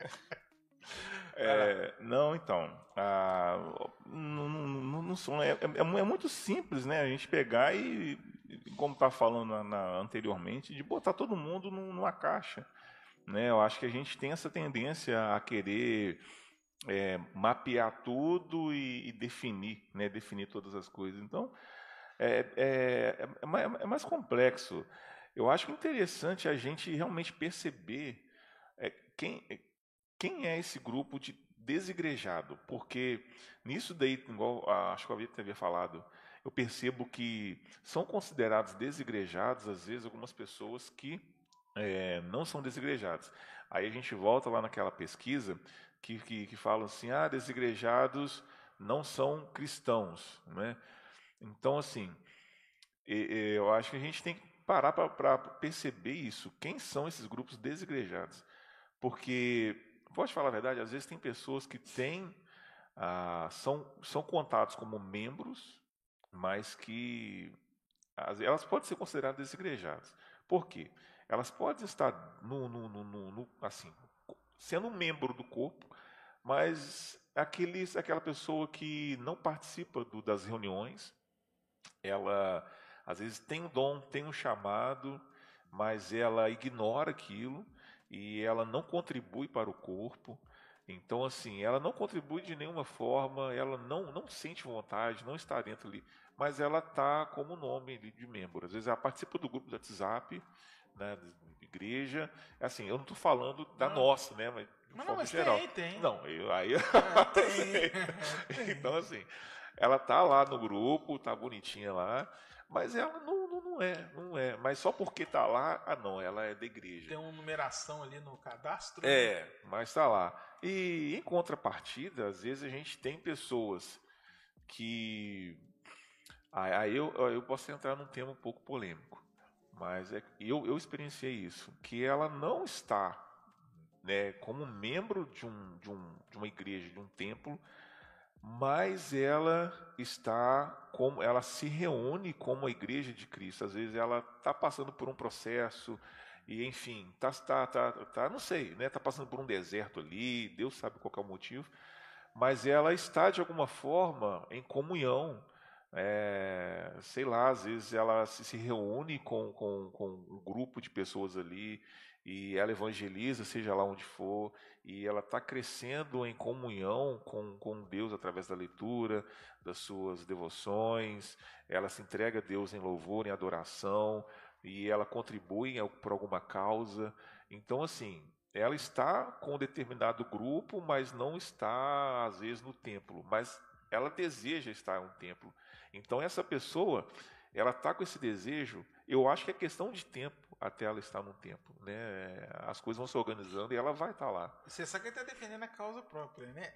[SPEAKER 3] É, não, então, ah, não, não, não são, é, é, é muito simples, né? A gente pegar e, como está falando na, na, anteriormente, de botar todo mundo numa caixa, né? Eu acho que a gente tem essa tendência a querer é, mapear tudo e, e definir, né? Definir todas as coisas. Então, é, é, é, mais, é mais complexo. Eu acho interessante a gente realmente perceber é, quem, quem é esse grupo de desigrejado, porque nisso daí, igual a, acho que a Vitor havia falado, eu percebo que são considerados desigrejados, às vezes, algumas pessoas que é, não são desigrejadas. Aí a gente volta lá naquela pesquisa que, que, que fala assim, ah, desigrejados não são cristãos, né? Então, assim, eu acho que a gente tem que parar para perceber isso. Quem são esses grupos desigrejados? Porque, pode falar a verdade, às vezes tem pessoas que têm, ah, são, são contados como membros, mas que elas podem ser consideradas desigrejadas. Por quê? Elas podem estar no, no, no, no, no, assim, sendo um membro do corpo, mas aqueles, aquela pessoa que não participa do, das reuniões, ela às vezes tem um dom, tem um chamado, mas ela ignora aquilo e ela não contribui para o corpo. Então, assim, ela não contribui de nenhuma forma, ela não, não sente vontade, não está dentro ali, mas ela está como nome de membro. Às vezes ela participa do grupo do WhatsApp, né, de igreja. Assim, eu não estou falando da
[SPEAKER 1] não.
[SPEAKER 3] nossa, né, mas de
[SPEAKER 1] mas
[SPEAKER 3] forma
[SPEAKER 1] não, mas
[SPEAKER 3] geral.
[SPEAKER 1] Tem, tem.
[SPEAKER 3] Não, eu, aí eu
[SPEAKER 1] Ah, tem.
[SPEAKER 3] sei. Então, assim, ela está lá no grupo, está bonitinha lá, mas ela não, não, não é, não é. Mas só porque está lá, ah não, ela é da igreja.
[SPEAKER 1] Tem uma numeração ali no cadastro.
[SPEAKER 3] É, né? Mas está lá. E em contrapartida, às vezes a gente tem pessoas que... Aí eu, eu posso entrar num tema um pouco polêmico, mas é, eu, eu experienciei isso, que ela não está, né, como membro de, um, de, um, de uma igreja, de um templo, mas ela está como ela se reúne como a igreja de Cristo. Às vezes ela está passando por um processo e, enfim, tá, tá, tá, tá, não sei, né, está passando por um deserto ali, Deus sabe qual é o motivo, mas ela está de alguma forma em comunhão. É, sei lá, às vezes ela se, se reúne com, com, com um grupo de pessoas ali e ela evangeliza, seja lá onde for, e ela está crescendo em comunhão com, com Deus através da leitura, das suas devoções, ela se entrega a Deus em louvor, em adoração, e ela contribui por alguma causa. Então, assim, ela está com um determinado grupo, mas não está, às vezes, no templo, mas ela deseja estar em um templo. Então, essa pessoa, ela está com esse desejo, eu acho que é questão de tempo até ela estar no templo, né? As coisas vão se organizando e ela vai estar lá.
[SPEAKER 1] Você sabe que ele está defendendo a causa própria, né?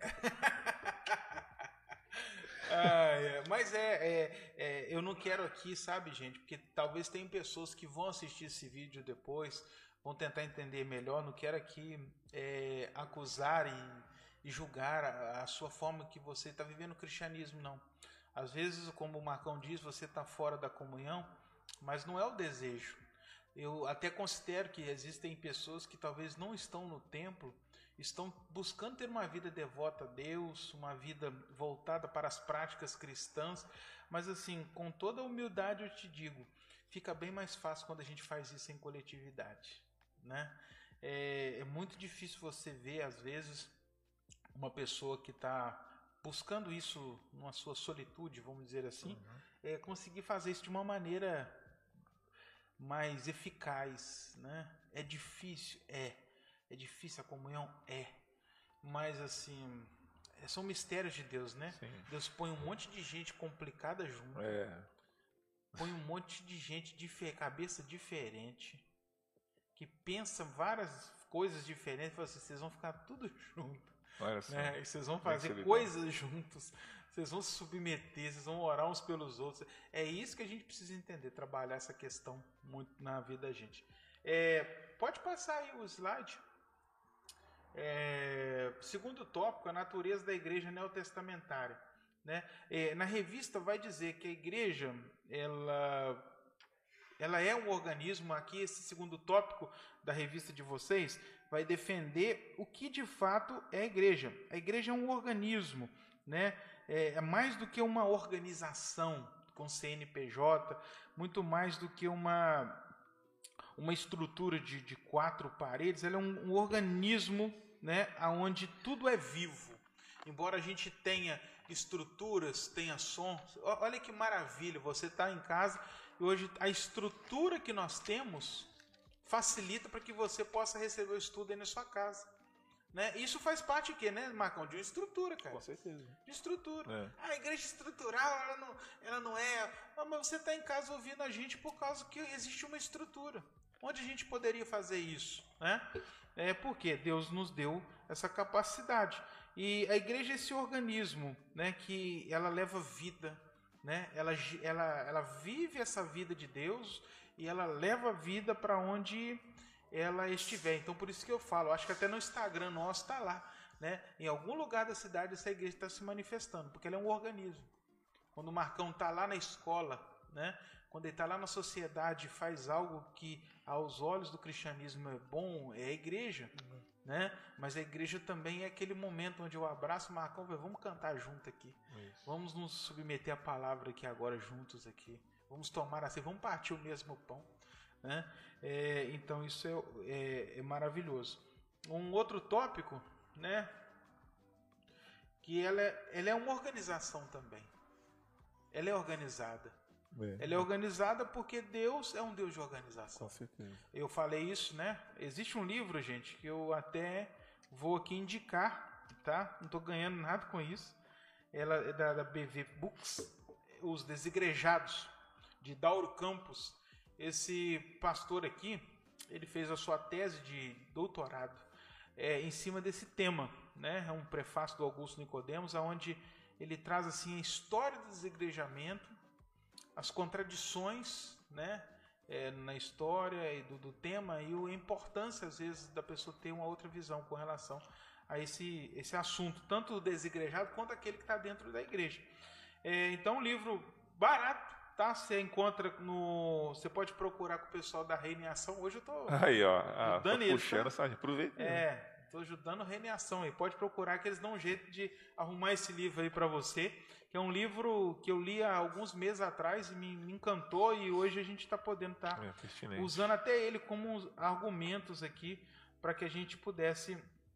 [SPEAKER 1] ah, é. Mas é, é, é, eu não quero aqui, sabe, gente, porque talvez tenham pessoas que vão assistir esse vídeo depois, vão tentar entender melhor, não quero aqui é, acusar e, e julgar a, a sua forma que você está vivendo o cristianismo, não. Às vezes, como o Marcão diz, você está fora da comunhão, mas não é o desejo. Eu até considero que existem pessoas que talvez não estão no templo, estão buscando ter uma vida devota a Deus, uma vida voltada para as práticas cristãs, mas assim, com toda a humildade eu te digo, fica bem mais fácil quando a gente faz isso em coletividade, né? É, é muito difícil você ver, às vezes, uma pessoa que está buscando isso numa sua solitude, vamos dizer assim, uhum. é, conseguir fazer isso de uma maneira mais eficaz, né? É difícil, é. É difícil a comunhão, é. Mas assim, são mistérios de Deus, né? Sim. Deus põe um monte de gente complicada junto.
[SPEAKER 3] É.
[SPEAKER 1] Põe um monte de gente de cabeça diferente, que pensa várias coisas diferentes. Fala assim, vocês vão ficar tudo junto.
[SPEAKER 3] Olha só.
[SPEAKER 1] Né? E vocês vão fazer coisas juntos. Vocês vão se submeter, vocês vão orar uns pelos outros. É isso que a gente precisa entender, trabalhar essa questão muito na vida da gente. É, pode passar aí o slide. É, segundo tópico, a natureza da igreja neotestamentária. Né? É, na revista vai dizer que a igreja ela, ela é um organismo. Aqui esse segundo tópico da revista de vocês vai defender o que de fato é a igreja. A igreja é um organismo, né? É mais do que uma organização com C N P J, muito mais do que uma, uma estrutura de, de quatro paredes, ela é um, um organismo, né, onde tudo é vivo. Embora a gente tenha estruturas, tenha som, olha que maravilha, você está em casa e hoje a estrutura que nós temos facilita para que você possa receber o estudo aí na sua casa. Né? Isso faz parte de quê, né, Marcão? De uma estrutura, cara.
[SPEAKER 3] Com certeza.
[SPEAKER 1] De estrutura.
[SPEAKER 3] É.
[SPEAKER 1] A igreja estrutural, ela não, ela não é... Mas você está em casa ouvindo a gente por causa que existe uma estrutura. Onde a gente poderia fazer isso? Né? É porque Deus nos deu essa capacidade. E a igreja é esse organismo, né, que ela leva vida. Né? Ela, ela, ela vive essa vida de Deus e ela leva a vida para onde ela estiver. Então, por isso que eu falo, acho que até no Instagram nosso está lá, né? Em algum lugar da cidade essa igreja está se manifestando, porque ela é um organismo. Quando o Marcão está lá na escola, né? Quando ele está lá na sociedade e faz algo que aos olhos do cristianismo é bom, é a igreja, uhum. Né? Mas a igreja também é aquele momento onde eu abraço o Marcão e falo, vamos cantar junto aqui. Isso. Vamos nos submeter à palavra aqui agora juntos aqui. Vamos tomar assim, vamos partir o mesmo pão. Né? É, então isso é, é, é maravilhoso. Um outro tópico, né, que ela é, ela é uma organização também. Ela é organizada. É. Ela é organizada porque Deus é um Deus de organização.
[SPEAKER 3] Com certeza.
[SPEAKER 1] Eu falei isso, né? Existe um livro, gente, que eu até vou aqui indicar, tá? Não estou ganhando nada com isso. Ela é da, da B V Books, Os Desigrejados, de Dauro Campos. Esse pastor aqui, ele fez a sua tese de doutorado é, em cima desse tema, né? É um prefácio do Augusto Nicodemos, onde ele traz assim a história do desigrejamento, as contradições, né, é, na história e do, do tema e a importância às vezes da pessoa ter uma outra visão com relação a esse, esse assunto, tanto o desigrejado quanto aquele que está dentro da igreja. É, então, um livro barato. Tá, você encontra no. Você pode procurar com o pessoal da Reino em Ação. Hoje eu estou
[SPEAKER 3] aí, ó, ah,
[SPEAKER 1] ajudando
[SPEAKER 3] eles. Puxando essa, aproveita.
[SPEAKER 1] É, estou ajudando a Reino em Ação. E pode procurar que eles dão um jeito de arrumar esse livro aí para você. Que é um livro que eu li há alguns meses atrás e me, me encantou. E hoje a gente está podendo estar tá é, usando até ele como argumentos aqui para que a gente pudesse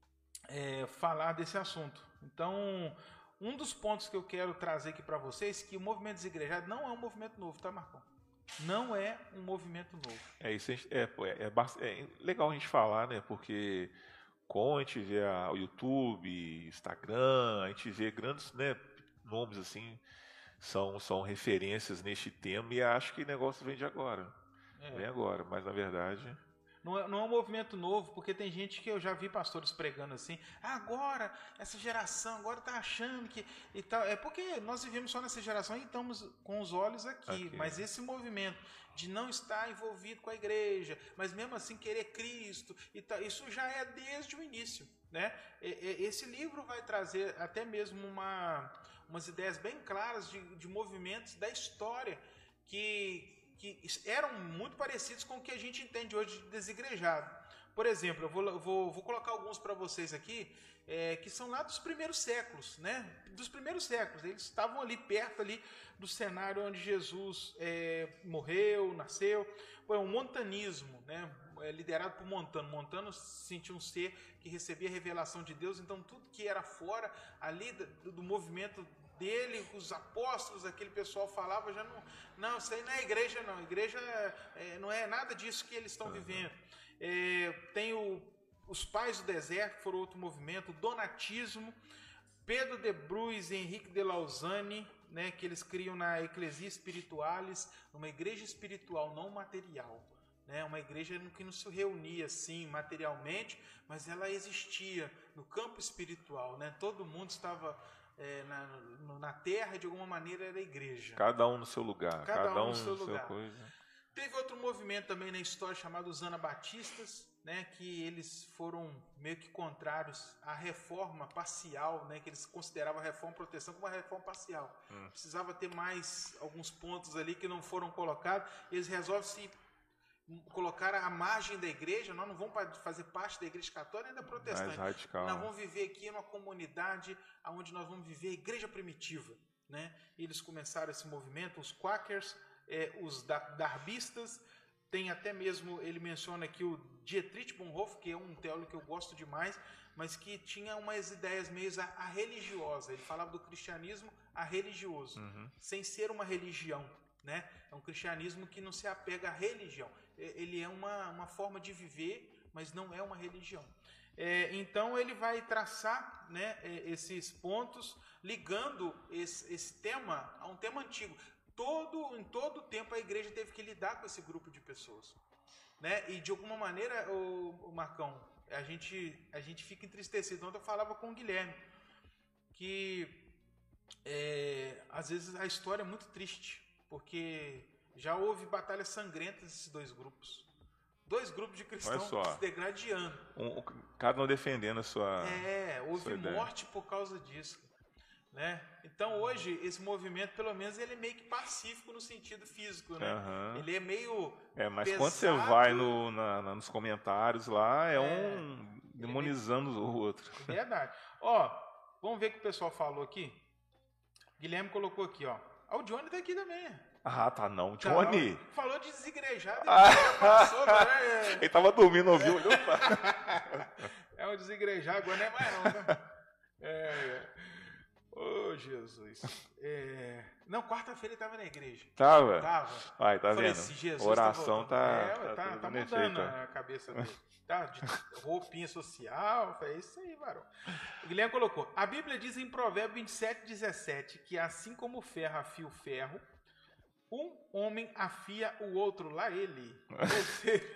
[SPEAKER 1] é, falar desse assunto. Então. Um dos pontos que eu quero trazer aqui para vocês é que o movimento desigrejado não é um movimento novo, tá, Marcão? Não é um movimento novo.
[SPEAKER 3] É isso, é, é, é, é legal a gente falar, né? Porque com a gente vê a, o YouTube, Instagram, a gente vê grandes, né, nomes assim, são, são referências neste tema e acho que o negócio vem de agora. É. Vem agora, mas na verdade...
[SPEAKER 1] Não é, não é um movimento novo, porque tem gente que eu já vi pastores pregando assim, ah, agora, essa geração, agora está achando que... E tal. É porque nós vivemos só nessa geração e estamos com os olhos aqui, aqui. Mas esse movimento de não estar envolvido com a igreja, mas mesmo assim querer Cristo, e tal, isso já é desde o início. Né? E, e, esse livro vai trazer até mesmo uma, umas ideias bem claras de, de movimentos da história que... que eram muito parecidos com o que a gente entende hoje de desigrejado. Por exemplo, eu vou, vou, vou colocar alguns para vocês aqui, é, que são lá dos primeiros séculos, né? Dos primeiros séculos. Eles estavam ali perto ali do cenário onde Jesus é, morreu, nasceu. Foi um montanismo, né? É, liderado por Montano. Montano se sentia um ser que recebia a revelação de Deus, então tudo que era fora ali do, do movimento dele, os apóstolos, aquele pessoal falava, já não, não, isso aí não é igreja não, igreja é, não é nada disso que eles estão uhum. vivendo. É, tem o, os Pais do Deserto, que foram outro movimento, o Donatismo, Pedro de Bruz e Henrique de Lausanne, né, que eles criam na Ecclesia Spiritualis, uma igreja espiritual, não material. Né, uma igreja que não se reunia assim materialmente, mas ela existia no campo espiritual. Né, todo mundo estava... É, na, na terra, de alguma maneira, era a igreja.
[SPEAKER 3] Cada um no seu lugar.
[SPEAKER 1] Cada,
[SPEAKER 3] cada
[SPEAKER 1] um
[SPEAKER 3] um
[SPEAKER 1] no seu
[SPEAKER 3] no
[SPEAKER 1] lugar.
[SPEAKER 3] Seu coisa.
[SPEAKER 1] Teve outro movimento também na história chamado os Anabatistas, né, que eles foram meio que contrários à reforma parcial, né, que eles consideravam a reforma proteção como uma reforma parcial. Hum. Precisava ter mais alguns pontos ali que não foram colocados. Eles resolvem se colocar à margem da igreja. Nós não vamos fazer parte da igreja católica nem da protestante.
[SPEAKER 3] Mais radical.
[SPEAKER 1] Nós vamos viver aqui numa comunidade onde nós vamos viver a igreja primitiva. Né? E eles começaram esse movimento, os Quakers, eh, os darbistas, tem até mesmo, ele menciona aqui o Dietrich Bonhoeffer, que é um teólogo que eu gosto demais, mas que tinha umas ideias meio a, a religiosa. Ele falava do cristianismo a religioso, uhum. sem ser uma religião, né? É um cristianismo que não se apega à religião. Ele é uma, uma forma de viver, mas não é uma religião. É, então ele vai traçar, né, esses pontos, ligando esse, esse tema a um tema antigo. Todo, em todo tempo a igreja teve que lidar com esse grupo de pessoas, né? E de alguma maneira, o, o Marcão, a gente, a gente fica entristecido. Ontem eu falava com o Guilherme que é, às vezes a história é muito triste, porque já houve batalhas sangrentas nesses dois grupos. Dois grupos de cristãos se degradando.
[SPEAKER 3] Um, cada um defendendo a sua.
[SPEAKER 1] É, houve morte por causa disso. Né? Então hoje esse movimento, pelo menos, ele é meio que pacífico no sentido físico, né? Uhum. Ele é meio
[SPEAKER 3] é, mas
[SPEAKER 1] pesado.
[SPEAKER 3] Quando você vai no, na, na, nos comentários lá, é, é um demonizando meio... o outro.
[SPEAKER 1] Verdade. Ó, vamos ver o que o pessoal falou aqui. Guilherme colocou aqui, ó. Ah, o Johnny tá aqui também.
[SPEAKER 3] Ah, tá não. Johnny.
[SPEAKER 1] Tá, falou de desigrejado. Ele, passou, né?
[SPEAKER 3] Ele tava dormindo, ouviu?
[SPEAKER 1] É um desigrejado, agora não é mais não, né? É... Ô, oh, Jesus. É... Não, quarta-feira ele estava na igreja.
[SPEAKER 3] Tava?
[SPEAKER 1] Tava.
[SPEAKER 3] Ai, tá
[SPEAKER 1] Falei,
[SPEAKER 3] vendo?
[SPEAKER 1] Se Jesus
[SPEAKER 3] Oração
[SPEAKER 1] tá...
[SPEAKER 3] tá...
[SPEAKER 1] É,
[SPEAKER 3] tá,
[SPEAKER 1] tá, tá mudando
[SPEAKER 3] efeito.
[SPEAKER 1] A cabeça dele. Tá, de roupinha social. É isso aí, varão. O Guilherme colocou. A Bíblia diz em Provérbios vinte e sete, dezessete que assim como o ferro afia o ferro, um homem afia o outro, lá ele. Ou seja...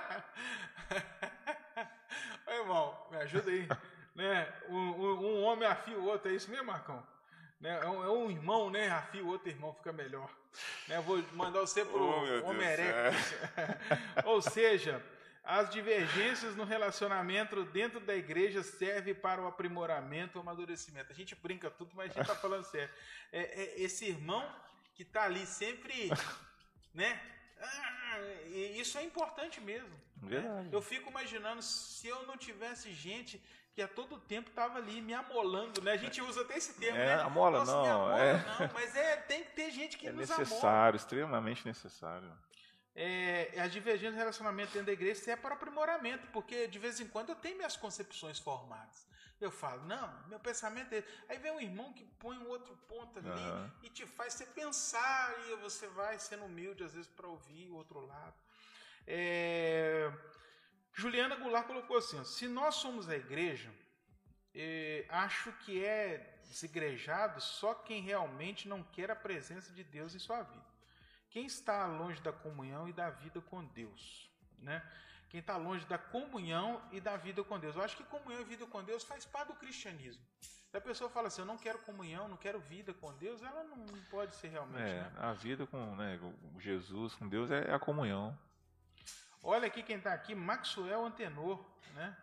[SPEAKER 1] Ô, irmão, me ajuda aí. Né? Um, um homem afia o outro, é isso mesmo, Marcão? Né? É, um, é um irmão, né? Afia o outro irmão, fica melhor. Né? Eu vou mandar você para o oh, homem erectus. Ou seja, as divergências no relacionamento dentro da igreja servem para o aprimoramento e o amadurecimento. A gente brinca tudo, mas a gente está falando sério. É, é esse irmão que está ali sempre, né? Ah, isso é importante mesmo. Né? Eu fico imaginando se eu não tivesse gente que a todo tempo estava ali me amolando, né? A gente usa até esse termo,
[SPEAKER 3] é,
[SPEAKER 1] né?
[SPEAKER 3] Amola
[SPEAKER 1] Nossa,
[SPEAKER 3] não,
[SPEAKER 1] me amola,
[SPEAKER 3] é...
[SPEAKER 1] não, mas é, tem que ter gente que
[SPEAKER 3] é
[SPEAKER 1] nos
[SPEAKER 3] necessário,
[SPEAKER 1] amola.
[SPEAKER 3] Extremamente necessário.
[SPEAKER 1] É, as divergências de relacionamento dentro da igreja é para aprimoramento, porque de vez em quando eu tenho minhas concepções formadas. Eu falo, não, meu pensamento é esse. Aí vem um irmão que põe um outro ponto ali uhum. e te faz você pensar, e você vai sendo humilde às vezes para ouvir o outro lado. É... Juliana Goulart colocou assim, ó, se nós somos a igreja, eh, acho que é desigrejado só quem realmente não quer a presença de Deus em sua vida. Quem está longe da comunhão e da vida com Deus, né? Quem está longe da comunhão e da vida com Deus. Eu acho que comunhão e vida com Deus faz parte do cristianismo. Se a pessoa fala assim, eu não quero comunhão, não quero vida com Deus, ela não pode ser realmente,
[SPEAKER 3] é,
[SPEAKER 1] né?
[SPEAKER 3] A vida com, né, com Jesus, com Deus, é a comunhão.
[SPEAKER 1] Olha aqui quem está aqui, Maxwell Antenor, né?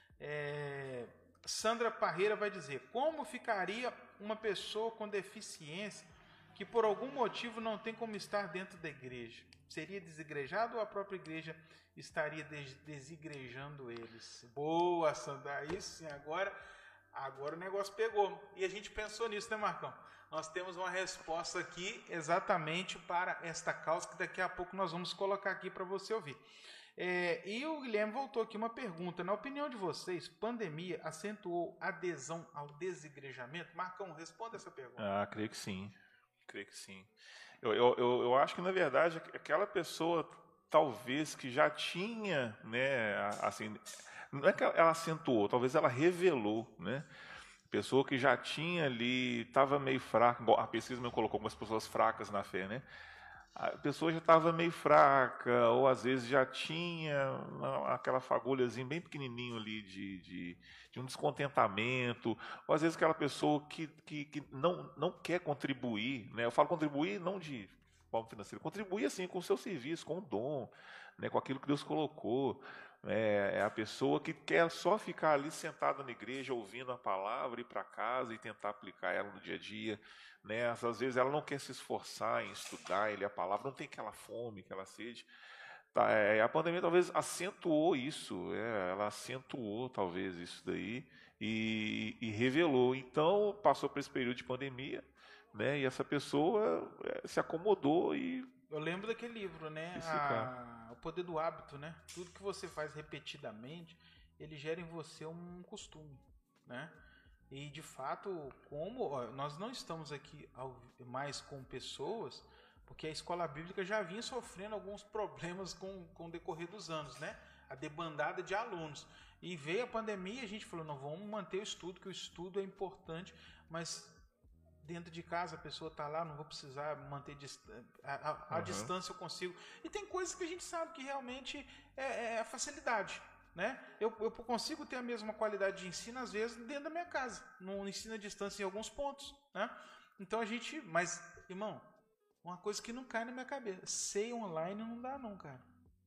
[SPEAKER 1] É, Sandra Parreira vai dizer, como ficaria uma pessoa com deficiência que por algum motivo não tem como estar dentro da igreja? Seria desigrejado ou a própria igreja estaria des desigrejando eles? Boa, Sandra, isso sim, agora, agora o negócio pegou. E a gente pensou nisso, né, Marcão? Nós temos uma resposta aqui exatamente para esta causa que daqui a pouco nós vamos colocar aqui para você ouvir. É, e o Guilherme voltou aqui uma pergunta. Na opinião de vocês, pandemia acentuou adesão ao desigrejamento? Marcão, responda essa pergunta.
[SPEAKER 3] Ah, creio que sim. Creio que sim. Eu, eu, eu, eu acho que, na verdade, aquela pessoa, talvez, que já tinha, né, assim, não é que ela acentuou, talvez ela revelou, né? Pessoa que já tinha ali, estava meio fraca, a pesquisa me colocou algumas pessoas fracas na fé, né? A pessoa já estava meio fraca, ou às vezes já tinha aquela fagulhazinha bem pequenininho ali de, de, de um descontentamento, ou às vezes aquela pessoa que, que, que não, não quer contribuir, né? Eu falo contribuir não de forma financeira, contribuir assim com o seu serviço, com o dom, né? Com aquilo que Deus colocou. É, é a pessoa que quer só ficar ali sentada na igreja, ouvindo a palavra, ir para casa e tentar aplicar ela no dia a dia. Né? Às vezes ela não quer se esforçar em estudar, em ler a palavra, não tem aquela fome, aquela sede. Tá, é, a pandemia talvez acentuou isso, é, ela acentuou talvez isso daí e, e revelou. Então passou por esse período de pandemia, né? E essa pessoa é, se acomodou e...
[SPEAKER 1] Eu lembro daquele livro, né? A, o poder do hábito, né? Tudo que você faz repetidamente, ele gera em você um costume, né? E de fato, como ó, nós não estamos aqui ao, mais com pessoas, porque a escola bíblica já vinha sofrendo alguns problemas com, com o decorrer dos anos, né? A debandada de alunos. E veio a pandemia e a gente falou, não, vamos manter o estudo, que o estudo é importante, mas dentro de casa a pessoa está lá, não vou precisar manter dist... a, a, a uhum. distância eu consigo. E tem coisas que a gente sabe que realmente é, é a facilidade. Né? Eu, eu consigo ter a mesma qualidade de ensino, às vezes, dentro da minha casa. Não ensino à distância em alguns pontos. Né? Então a gente. Mas, irmão, uma coisa que não cai na minha cabeça. Sei online não dá, não, cara.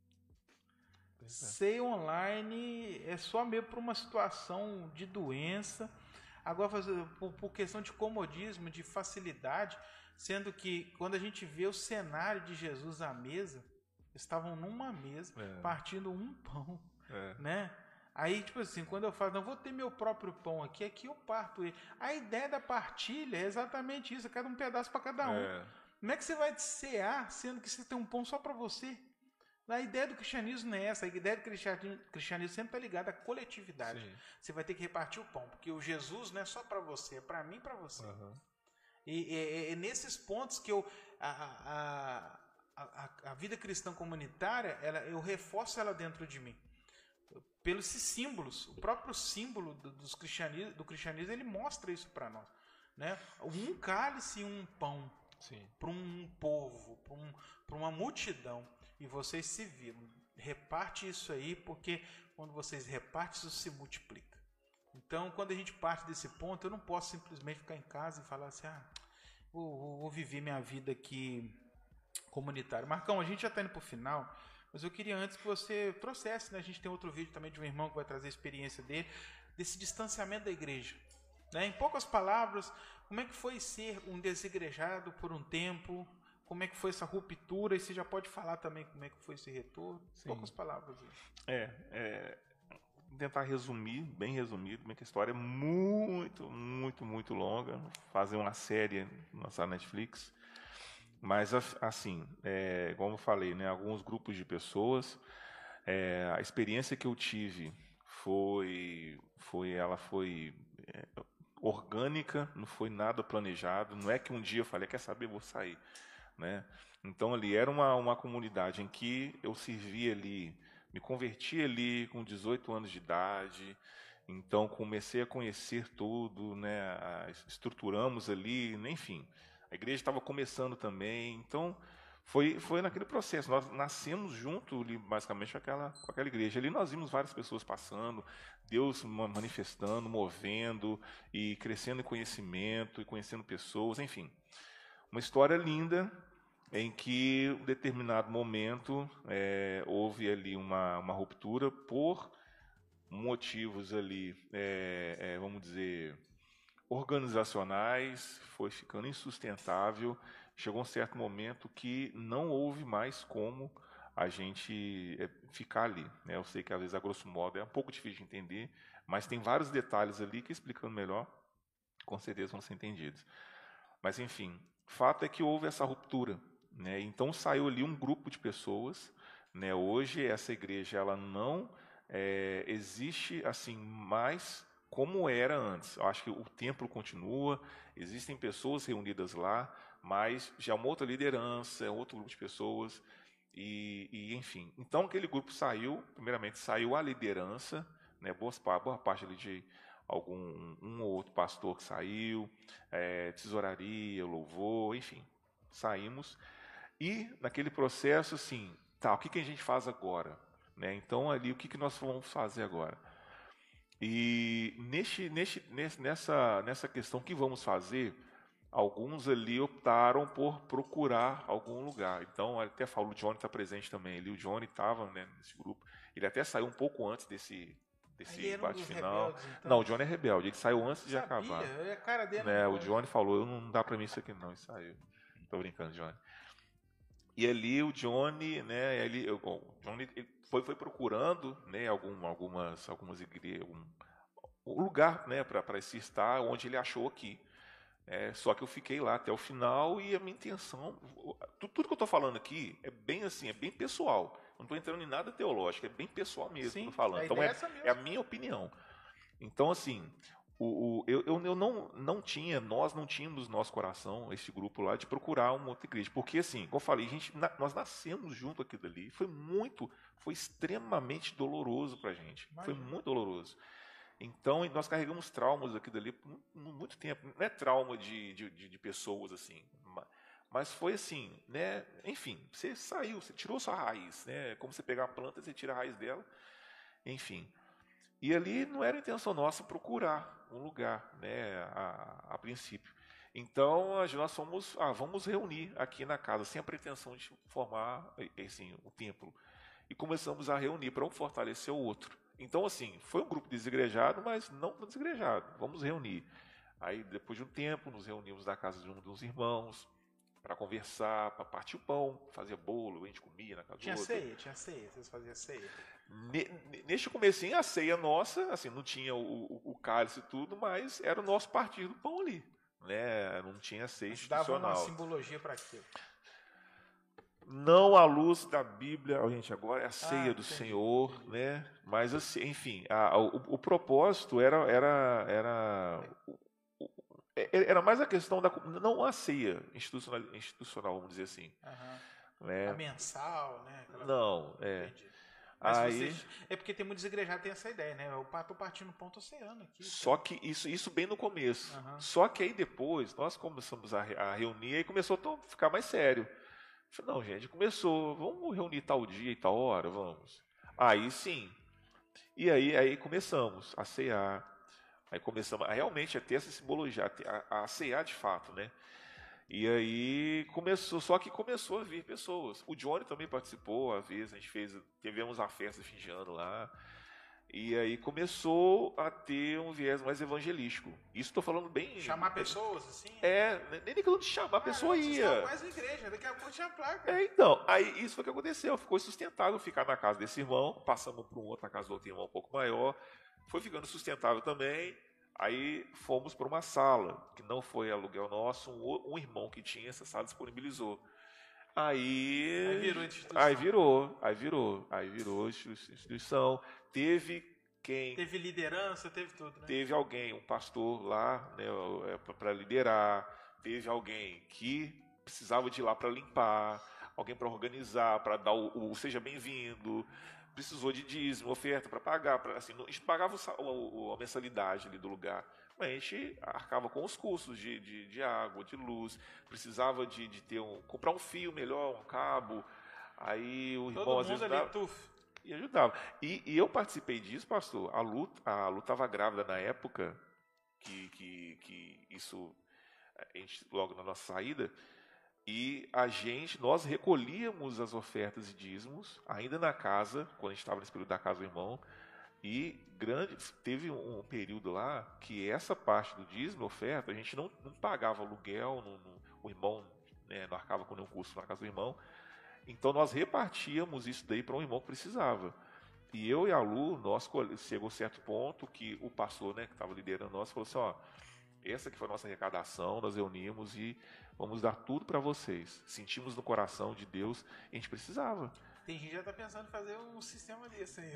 [SPEAKER 1] É. Sei online é só mesmo para uma situação de doença. Agora, por, por questão de comodismo, de facilidade, sendo que quando a gente vê o cenário de Jesus à mesa, estavam numa mesa, é. partindo um pão. É. Né? Aí, tipo assim, quando eu falo, não vou ter meu próprio pão aqui, aqui eu parto ele. A ideia da partilha é exatamente isso, cada um pedaço para cada um. É. Como é que você vai cear, sendo que você tem um pão só para você? A ideia do cristianismo não é essa, a ideia do cristianismo, cristianismo sempre está ligada à coletividade. Sim. Você vai ter que repartir o pão, porque o Jesus não é só para você, é para mim e para você. Uhum. E é, é nesses pontos que eu... A, a, a, a vida cristã comunitária, ela, eu reforço ela dentro de mim. Pelos símbolos, o próprio símbolo do, dos cristianismo, do cristianismo, ele mostra isso para nós, né? Um cálice e um pão para um povo, para um, para uma multidão, e vocês se viram. Reparte isso aí, porque quando vocês repartem, isso se multiplica. Então, quando a gente parte desse ponto, eu não posso simplesmente ficar em casa e falar assim, ah, vou, vou, vou viver minha vida aqui comunitária. Marcão, a gente já está indo para o final. Mas eu queria antes que você trouxesse, né? A gente tem outro vídeo também de um irmão que vai trazer a experiência dele, desse distanciamento da igreja. Né? Em poucas palavras, como é que foi ser um desigrejado por um tempo? Como é que foi essa ruptura? E você já pode falar também como é que foi esse retorno? Sim. Poucas palavras.
[SPEAKER 3] É, é, tentar resumir, bem resumido, bem que a história é muito, muito, muito longa. Fazer uma série na Netflix. Mas, assim, é, como eu falei, né, alguns grupos de pessoas, é, a experiência que eu tive foi, foi ela foi é, orgânica, não foi nada planejado, não é que um dia eu falei, quer saber, vou sair. Né? Então, ali era uma, uma comunidade em que eu servi ali, me converti ali com dezoito anos de idade, então comecei a conhecer tudo, né, a, estruturamos ali, enfim... A igreja estava começando também, então foi, foi naquele processo. Nós nascemos junto, basicamente, com aquela, com aquela igreja. Ali nós vimos várias pessoas passando, Deus manifestando, movendo, e crescendo em conhecimento, e conhecendo pessoas, enfim. Uma história linda, em que, em um determinado momento, é, houve ali uma, uma ruptura por motivos ali, é, é, vamos dizer... organizacionais, foi ficando insustentável, chegou um certo momento que não houve mais como a gente é, ficar ali. Né? Eu sei que, às vezes, a grosso modo, é um pouco difícil de entender, mas tem vários detalhes ali que, explicando melhor, com certeza vão ser entendidos. Mas, enfim, fato é que houve essa ruptura. Né? Então, saiu ali um grupo de pessoas. Né? Hoje, essa igreja ela não é, existe assim mais... como era antes. Eu acho que o templo continua, existem pessoas reunidas lá, mas já é uma outra liderança, é outro grupo de pessoas, e, e enfim. Então, aquele grupo saiu, primeiramente, saiu a liderança, né, boa, boa parte ali de algum um ou outro pastor que saiu, é, tesouraria, louvor, enfim, saímos. E, naquele processo, assim, tá, o que, que a gente faz agora? Né? Então, ali, o que, que nós vamos fazer agora? E neste, neste, nessa, nessa questão que vamos fazer, alguns ali optaram por procurar algum lugar. Então, até falo, o Johnny está presente também ali, o Johnny estava, né, nesse grupo, ele até saiu um pouco antes desse, desse bate-final. Um então. Não, o Johnny é rebelde, ele saiu antes de
[SPEAKER 1] Sabia,
[SPEAKER 3] acabar.
[SPEAKER 1] É a cara dele,
[SPEAKER 3] né, o Johnny falou, eu não dá para mim isso aqui não, e saiu. Estou brincando, Johnny. E ali o Johnny, né, ele, eu, o Johnny ele foi, foi procurando, né, algum, algumas, algumas igrejas, um, um lugar, né, para se estar onde ele achou aqui. É, só que eu fiquei lá até o final e a minha intenção, tudo, tudo que eu estou falando aqui é bem assim, é bem pessoal. Não estou entrando em nada teológico, é bem pessoal mesmo que eu estou falando. Então é, é a minha opinião. Então assim, o, o, eu, eu, eu não, não tinha, nós não tínhamos no nosso coração, esse grupo lá, de procurar uma outra igreja. Porque assim, como eu falei, a gente, nós nascemos junto aqui dali. Foi muito, foi extremamente doloroso para a gente. Imagina. Foi muito doloroso. Então, nós carregamos traumas aqui dali por muito tempo. Não é trauma de, de, de pessoas, assim, mas foi assim, né? Enfim, você saiu, você tirou sua raiz, né? Como você pegar a planta, você tira a raiz dela, enfim. E ali não era intenção nossa procurar um lugar, né? A, a princípio. Então, nós fomos, ah, vamos reunir aqui na casa, sem a pretensão de formar, assim, o templo. E começamos a reunir para um fortalecer o outro. Então, assim, foi um grupo desigrejado, mas não desigrejado. Vamos reunir. Aí, depois de um tempo, nos reunimos na casa de um dos irmãos para conversar, para partir o pão, fazer bolo, a gente comia na casa
[SPEAKER 1] tinha
[SPEAKER 3] do outro.
[SPEAKER 1] Tinha ceia, tinha ceia, vocês faziam ceia.
[SPEAKER 3] Neste comecinho, a ceia nossa, assim, não tinha o, o, o cálice e tudo, mas era o nosso partir do pão ali. Né? Não tinha ceia institucional.
[SPEAKER 1] Dava uma simbologia para aquilo.
[SPEAKER 3] Não à luz da Bíblia, gente, agora é a ceia
[SPEAKER 1] ah,
[SPEAKER 3] do
[SPEAKER 1] entendi,
[SPEAKER 3] Senhor,
[SPEAKER 1] entendi.
[SPEAKER 3] né? Mas assim, enfim, a, o, o propósito era era era era mais a questão da não a ceia institucional, institucional vamos dizer assim.
[SPEAKER 1] Uhum.
[SPEAKER 3] Né?
[SPEAKER 1] A mensal, né? Aquela...
[SPEAKER 3] Não, é.
[SPEAKER 1] Entendi. Mas
[SPEAKER 3] aí,
[SPEAKER 1] vocês, é porque tem muitos igrejados tem essa ideia, né? Eu estou partindo ponto oceano aqui.
[SPEAKER 3] Só cara. que isso, isso bem no começo.
[SPEAKER 1] Uhum.
[SPEAKER 3] Só que aí depois nós começamos a, a reunir e começou a ficar mais sério. Falei, não, gente, começou, vamos reunir tal dia e tal hora, vamos. Aí sim. E aí, aí começamos a cear. Aí começamos a, realmente a ter essa simbologia, a, a cear de fato, né? E aí começou, só que começou a vir pessoas. O Johnny também participou, às vezes, a gente fez, tivemos uma festa de fim de ano lá. E aí começou a ter um viés mais evangelístico. Isso estou falando bem...
[SPEAKER 1] Chamar pessoas, assim?
[SPEAKER 3] É, nem nem de chamar, ah, a pessoa ia.
[SPEAKER 1] Mais na igreja, daqui a pouco tinha placa.
[SPEAKER 3] É, então, aí isso foi o que aconteceu. Ficou sustentável ficar na casa desse irmão, passamos para um outro, na casa do outro irmão um pouco maior. Foi ficando sustentável também. Aí fomos para uma sala, que não foi aluguel nosso, um, um irmão que tinha essa sala disponibilizou. Aí,
[SPEAKER 1] aí virou instituição.
[SPEAKER 3] Aí virou, aí virou, aí virou instituição. Teve quem...
[SPEAKER 1] Teve liderança, teve tudo, né?
[SPEAKER 3] Teve alguém, um pastor lá, né, para liderar. Teve alguém que precisava de ir lá para limpar, alguém para organizar, para dar o, o seja bem-vindo. Precisou de dízimo, oferta para pagar. Pra, assim, a gente pagava o, o, a mensalidade ali do lugar. Mas a gente arcava com os custos de, de, de água, de luz. Precisava de, de ter um, comprar um fio melhor, um cabo. Aí o irmão
[SPEAKER 1] Todo
[SPEAKER 3] às vezes
[SPEAKER 1] mundo ali, tuf.
[SPEAKER 3] E ajudava. E, e eu participei disso, pastor. A Lu a Lu estava grávida na época que, que, que isso, a gente, logo na nossa saída, e a gente, nós recolhíamos as ofertas e dízimos, ainda na casa, quando a gente estava nesse período da casa do irmão, e grande, teve um, um período lá que essa parte do dízimo, oferta, a gente não, não pagava aluguel, não, não, o irmão, né, não arcava com nenhum custo na casa do irmão. Então nós repartíamos isso daí para um irmão que precisava. E eu e a Lu, nós chegou a certo ponto que o pastor, né, que estava liderando nós, falou assim, ó, essa que foi a nossa arrecadação, nós reunimos e vamos dar tudo para vocês. Sentimos no coração de Deus, a gente precisava.
[SPEAKER 1] Tem gente que já está pensando em fazer um sistema desse aí.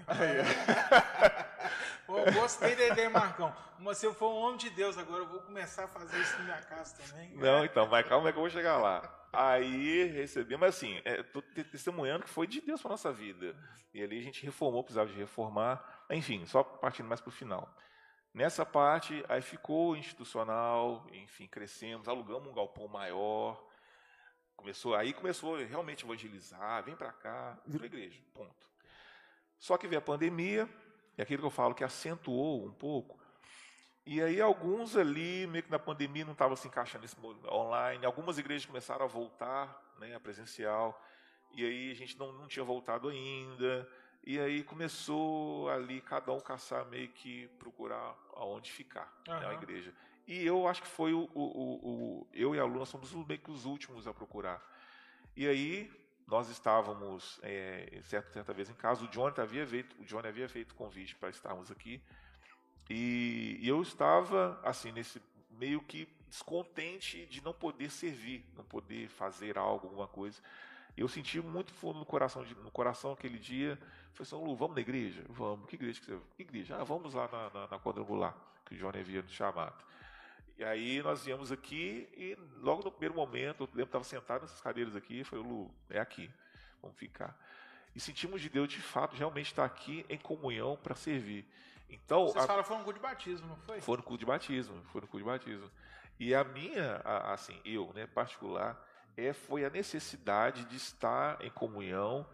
[SPEAKER 1] Eu gostei da ideia, Marcão. Mas se eu for um homem de Deus agora, eu vou começar a fazer isso na minha casa também.
[SPEAKER 3] Não, então, mas calma que eu vou chegar lá. Aí recebi, mas assim, estou é, testemunhando que foi de Deus para nossa vida. E ali a gente reformou, precisava de reformar. Enfim, só partindo mais para o final. Nessa parte, aí ficou institucional, enfim, crescemos, alugamos um galpão maior. Começou, aí começou realmente a evangelizar, vem para cá, virou igreja, ponto. Só que veio a pandemia, é aquilo que eu falo que acentuou um pouco. E aí alguns ali, meio que na pandemia, não estavam se encaixando nesse online. Algumas igrejas começaram a voltar, né, a presencial. E aí a gente não, não tinha voltado ainda. E aí começou ali cada um caçar, meio que procurar aonde ficar, uhum. né, a igreja. E eu acho que foi o, o, o, o eu e a Lu, nós somos meio que os últimos a procurar. E aí nós estávamos, é, certa, certa vez em casa, o Johnny havia feito, o Johnny havia feito convite para estarmos aqui. E, e eu estava, assim, nesse meio que descontente de não poder servir, não poder fazer algo, alguma coisa. Eu senti muito fundo no coração, no coração aquele dia. Falei assim, Lu, vamos na igreja? Vamos. Que igreja que você... Que igreja? Ah, vamos lá na, na, na quadrangular, que o Johnny havia nos chamado. E aí nós viemos aqui e logo no primeiro momento, eu lembro que estava sentado nessas cadeiras aqui, e falei, Lu, é aqui, vamos ficar. E sentimos de Deus, de fato, realmente estar aqui em comunhão para servir. Então,
[SPEAKER 1] Vocês
[SPEAKER 3] a...
[SPEAKER 1] falam que foi um culto de batismo, não foi?
[SPEAKER 3] Foi no culto de batismo, foi no culto de batismo. E a minha, a, assim, eu, né, particular, é, foi a necessidade de estar em comunhão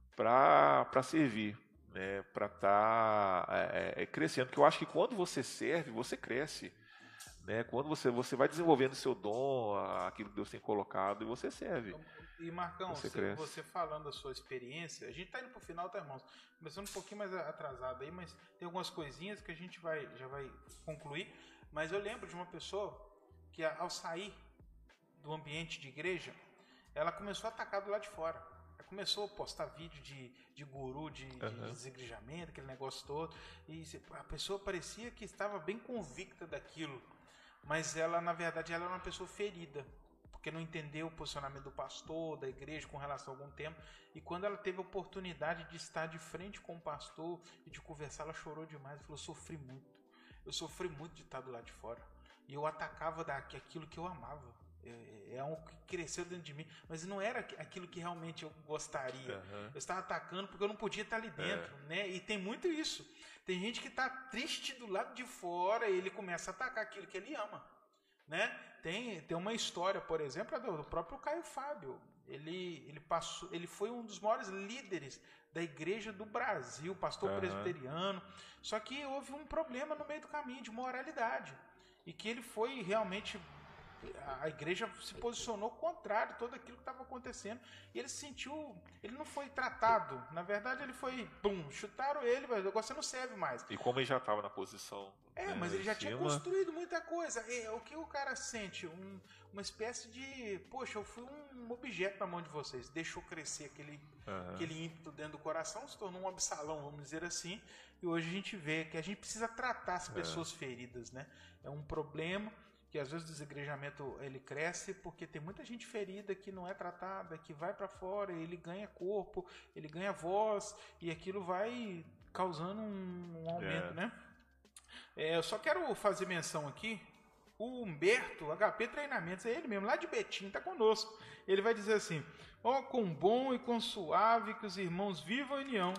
[SPEAKER 3] para servir, né, para estar é, é, crescendo. Porque eu acho que quando você serve, você cresce. Né? Quando você, você vai desenvolvendo o seu dom, aquilo que Deus tem colocado, e você serve.
[SPEAKER 1] E Marcão,
[SPEAKER 3] você,
[SPEAKER 1] você, você falando da sua experiência, a gente está indo para o final, tá, irmãos? Começando um pouquinho mais atrasado aí, mas tem algumas coisinhas que a gente vai, já vai concluir. Mas eu lembro de uma pessoa que, ao sair do ambiente de igreja, ela começou a atacar do lado de fora. Ela começou a postar vídeo de, de guru, de, uhum. de desigrijamento, aquele negócio todo. E a pessoa parecia que estava bem convicta daquilo. Mas ela, na verdade, ela era uma pessoa ferida, porque não entendeu o posicionamento do pastor, da igreja com relação a algum tempo. E quando ela teve a oportunidade de estar de frente com o pastor e de conversar, ela chorou demais. Ela falou, eu sofri muito. Eu sofri muito de estar do lado de fora. E eu atacava aquilo que eu amava. É, é algo que cresceu dentro de mim, mas não era aquilo que realmente eu gostaria. Uhum. Eu estava atacando porque eu não podia estar ali dentro, é. né? E tem muito isso. Tem gente que está triste do lado de fora e ele começa a atacar aquilo que ele ama, né? Tem, tem uma história, por exemplo, do próprio Caio Fábio. Ele, ele, passou, ele foi um dos maiores líderes da igreja do Brasil, pastor uhum. presbiteriano. Só que houve um problema no meio do caminho de moralidade e que ele foi realmente... A igreja se posicionou contrário a tudo aquilo que estava acontecendo e ele se sentiu, ele não foi tratado, na verdade ele foi, pum, chutaram ele, mas agora você não serve mais.
[SPEAKER 3] E como ele já estava na posição,
[SPEAKER 1] é,
[SPEAKER 3] né,
[SPEAKER 1] mas ele já
[SPEAKER 3] cima...
[SPEAKER 1] tinha construído muita coisa. E, o que o cara sente? Um, uma espécie de, poxa, eu fui um objeto na mão de vocês, deixou crescer aquele, uhum. aquele ímpeto dentro do coração, se tornou um Absalão, vamos dizer assim, e hoje a gente vê que a gente precisa tratar as pessoas é. feridas, né? É um problema que às vezes o desigrijamento ele cresce porque tem muita gente ferida que não é tratada, que vai para fora, ele ganha corpo, ele ganha voz e aquilo vai causando um, um aumento, é. né? É, eu só quero fazer menção aqui, o Humberto, H P Treinamentos, é ele mesmo, lá de Betim, está conosco. Ele vai dizer assim, ó, oh, com bom e com suave que os irmãos vivam em união,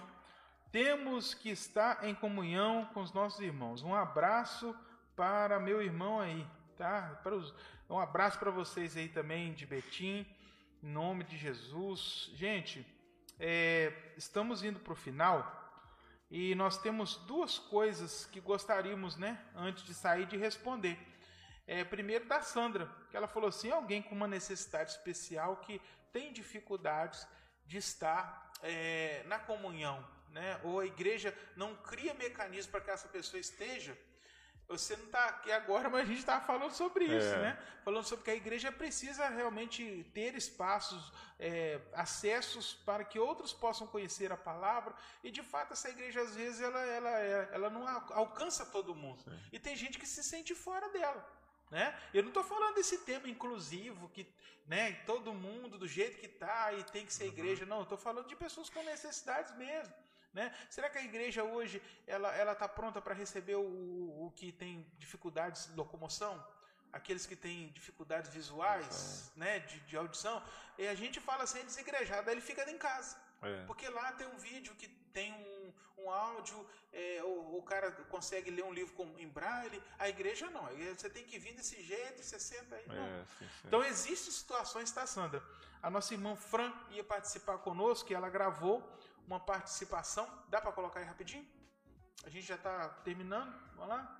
[SPEAKER 1] temos que estar em comunhão com os nossos irmãos. Um abraço para meu irmão aí. Tá? Para os, um abraço para vocês aí também de Betim, em nome de Jesus. Gente, é, estamos indo para o final e nós temos duas coisas que gostaríamos, né, antes de sair, de responder. É, primeiro da Sandra, que ela falou assim, alguém com uma necessidade especial que tem dificuldades de estar é, na comunhão, né? Ou a igreja não cria mecanismo para que essa pessoa esteja. Você não está aqui agora, mas a gente está falando sobre isso, é. né? Falando sobre que a igreja precisa realmente ter espaços, é, acessos para que outros possam conhecer a palavra. E, de fato, essa igreja, às vezes, ela, ela, ela não alcança todo mundo. Sim. E tem gente que se sente fora dela. Né? Eu não estou falando desse tema inclusivo, que, né, todo mundo do jeito que está e tem que ser igreja. Não, eu estou falando de pessoas com necessidades mesmo. Né? Será que a igreja hoje ela ela está pronta para receber o, o que tem dificuldades de locomoção, aqueles que têm dificuldades visuais, né, de, de audição? E a gente fala assim, desigrejado, aí ele fica em casa, é. porque lá tem um vídeo que tem um, um áudio, é, o, o cara consegue ler um livro com, em braille, a igreja não, você tem que vir desse jeito, você senta aí, não. É, sim, sim. Então existem situações, tá, Sandra? A nossa irmã Fran ia participar conosco, e ela gravou uma participação. Dá para colocar aí rapidinho? A gente já está terminando. Vamos lá?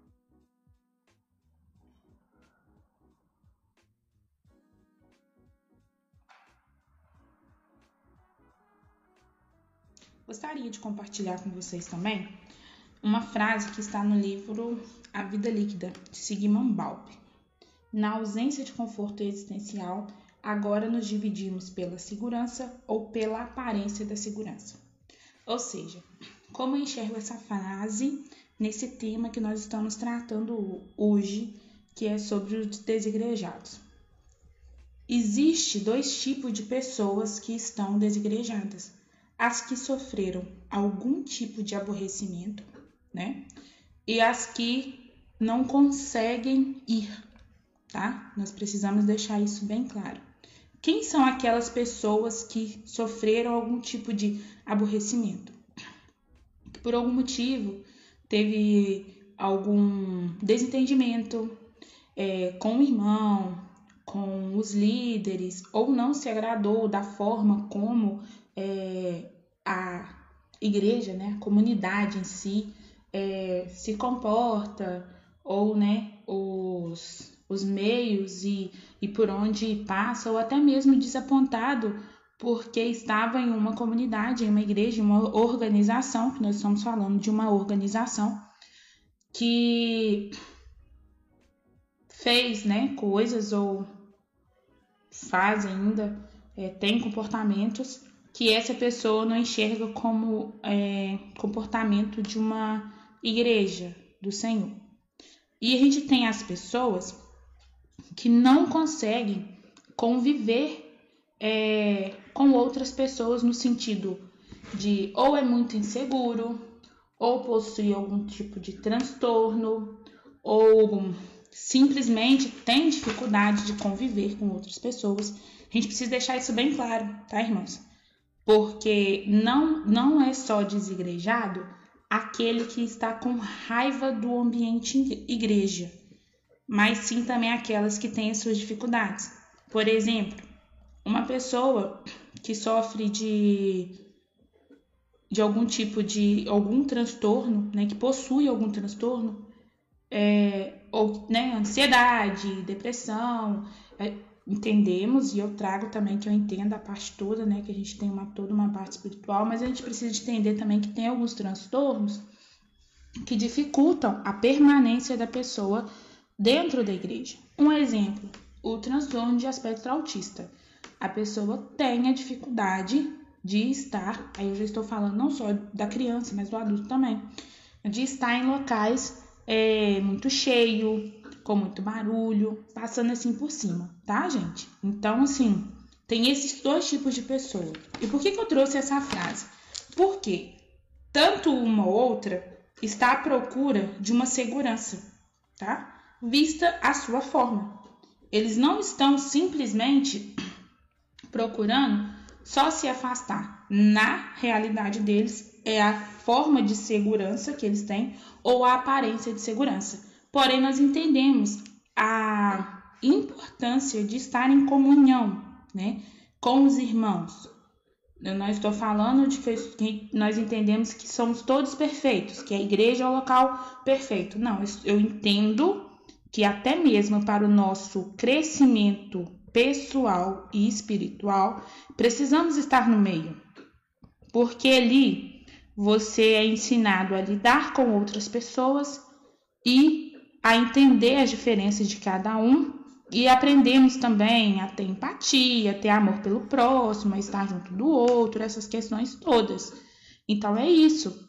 [SPEAKER 4] Gostaria de compartilhar com vocês também uma frase que está no livro A Vida Líquida, de Zygmunt Bauman. Na ausência de conforto existencial, agora nos dividimos pela segurança ou pela aparência da segurança. Ou seja, como eu enxergo essa frase nesse tema que nós estamos tratando hoje, que é sobre os desigrejados. Existe dois tipos de pessoas que estão desigrejadas. As que sofreram algum tipo de aborrecimento, né? E as que não conseguem ir, tá? Nós precisamos deixar isso bem claro. Quem são aquelas pessoas que sofreram algum tipo de aborrecimento? Que por algum motivo teve algum desentendimento é, com o irmão, com os líderes, ou não se agradou da forma como é, a igreja, né, a comunidade em si é, se comporta, ou né, os, os meios e, e por onde passa, ou até mesmo desapontado porque estava em uma comunidade, em uma igreja, em uma organização, que nós estamos falando de uma organização que fez né, coisas ou faz ainda, é, tem comportamentos que essa pessoa não enxerga como é, comportamento de uma igreja do Senhor. E a gente tem as pessoas que não conseguem conviver é, com outras pessoas no sentido de ou é muito inseguro, ou possui algum tipo de transtorno, ou simplesmente tem dificuldade de conviver com outras pessoas. A gente precisa deixar isso bem claro, tá, irmãos? Porque não, não é só desigrejado aquele que está com raiva do ambiente igreja, mas sim também aquelas que têm as suas dificuldades. Por exemplo, uma pessoa que sofre de, de algum tipo de algum transtorno, né, que possui algum transtorno, é, ou né, ansiedade, depressão, é, entendemos, e eu trago também que eu entendo a parte toda, né, que a gente tem uma, toda uma parte espiritual, mas a gente precisa entender também que tem alguns transtornos que dificultam a permanência da pessoa dentro da igreja. Um exemplo, o transtorno de espectro autista. A pessoa tem a dificuldade de estar, aí eu já estou falando não só da criança, mas do adulto também, de estar em locais é, muito cheio, com muito barulho, passando assim por cima, tá, gente? Então, assim, tem esses dois tipos de pessoa. E por que que eu trouxe essa frase? Porque tanto uma ou outra está à procura de uma segurança, tá? Vista a sua forma. Eles não estão simplesmente procurando só se afastar. Na realidade deles, é a forma de segurança que eles têm ou a aparência de segurança. Porém, nós entendemos a importância de estar em comunhão, né, com os irmãos. Eu não estou falando de que nós entendemos que somos todos perfeitos, que a igreja é o local perfeito. Não, eu entendo que até mesmo para o nosso crescimento pessoal e espiritual, precisamos estar no meio. Porque ali você é ensinado a lidar com outras pessoas e a entender as diferenças de cada um, e aprendemos também a ter empatia, a ter amor pelo próximo, a estar junto do outro, essas questões todas. Então é isso.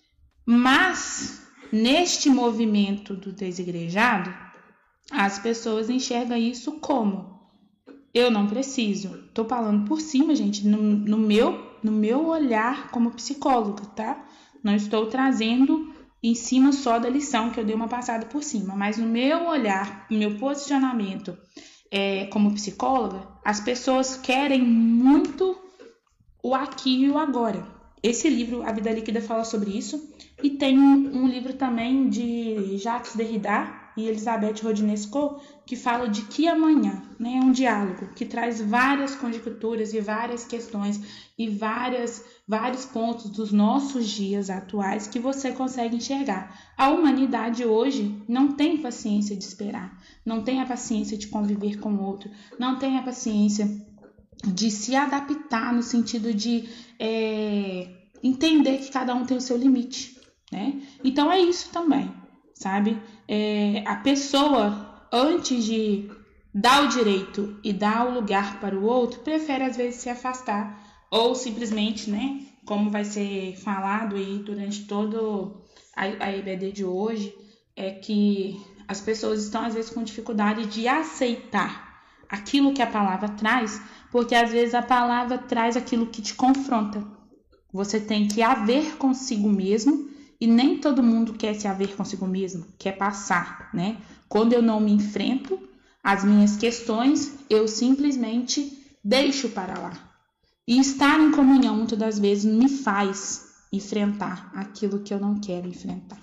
[SPEAKER 4] Mas, neste movimento do desigrejado, as pessoas enxergam isso como: eu não preciso. Estou falando por cima, gente, no, no, meu, no meu olhar como psicóloga, tá? Não estou trazendo em cima só da lição, que eu dei uma passada por cima, mas no meu olhar, no meu posicionamento é, como psicóloga, as pessoas querem muito o aqui e o agora. Esse livro, A Vida Líquida, fala sobre isso, e tem um, um livro também de Jacques Derrida e Elisabeth Rodinesco, que fala de que amanhã, né? É um diálogo que traz várias conjecturas e várias questões e várias, vários pontos dos nossos dias atuais que você consegue enxergar. A humanidade hoje não tem paciência de esperar, não tem a paciência de conviver com o outro, não tem a paciência de se adaptar no sentido de é, entender que cada um tem o seu limite, né? Então é isso também, sabe? É, a pessoa, antes de dar o direito e dar o lugar para o outro, prefere às vezes se afastar, ou simplesmente, né, como vai ser falado aí durante todo a, a E B D de hoje, é que As pessoas estão, às vezes, com dificuldade de aceitar aquilo que a palavra traz, porque, às vezes, a palavra traz aquilo que te confronta. Você tem que haver consigo mesmo, e nem todo mundo quer se haver consigo mesmo, quer passar, né? Quando eu não me enfrento às minhas questões, eu simplesmente deixo para lá. E estar em comunhão, muitas das vezes, me faz enfrentar aquilo que eu não quero enfrentar.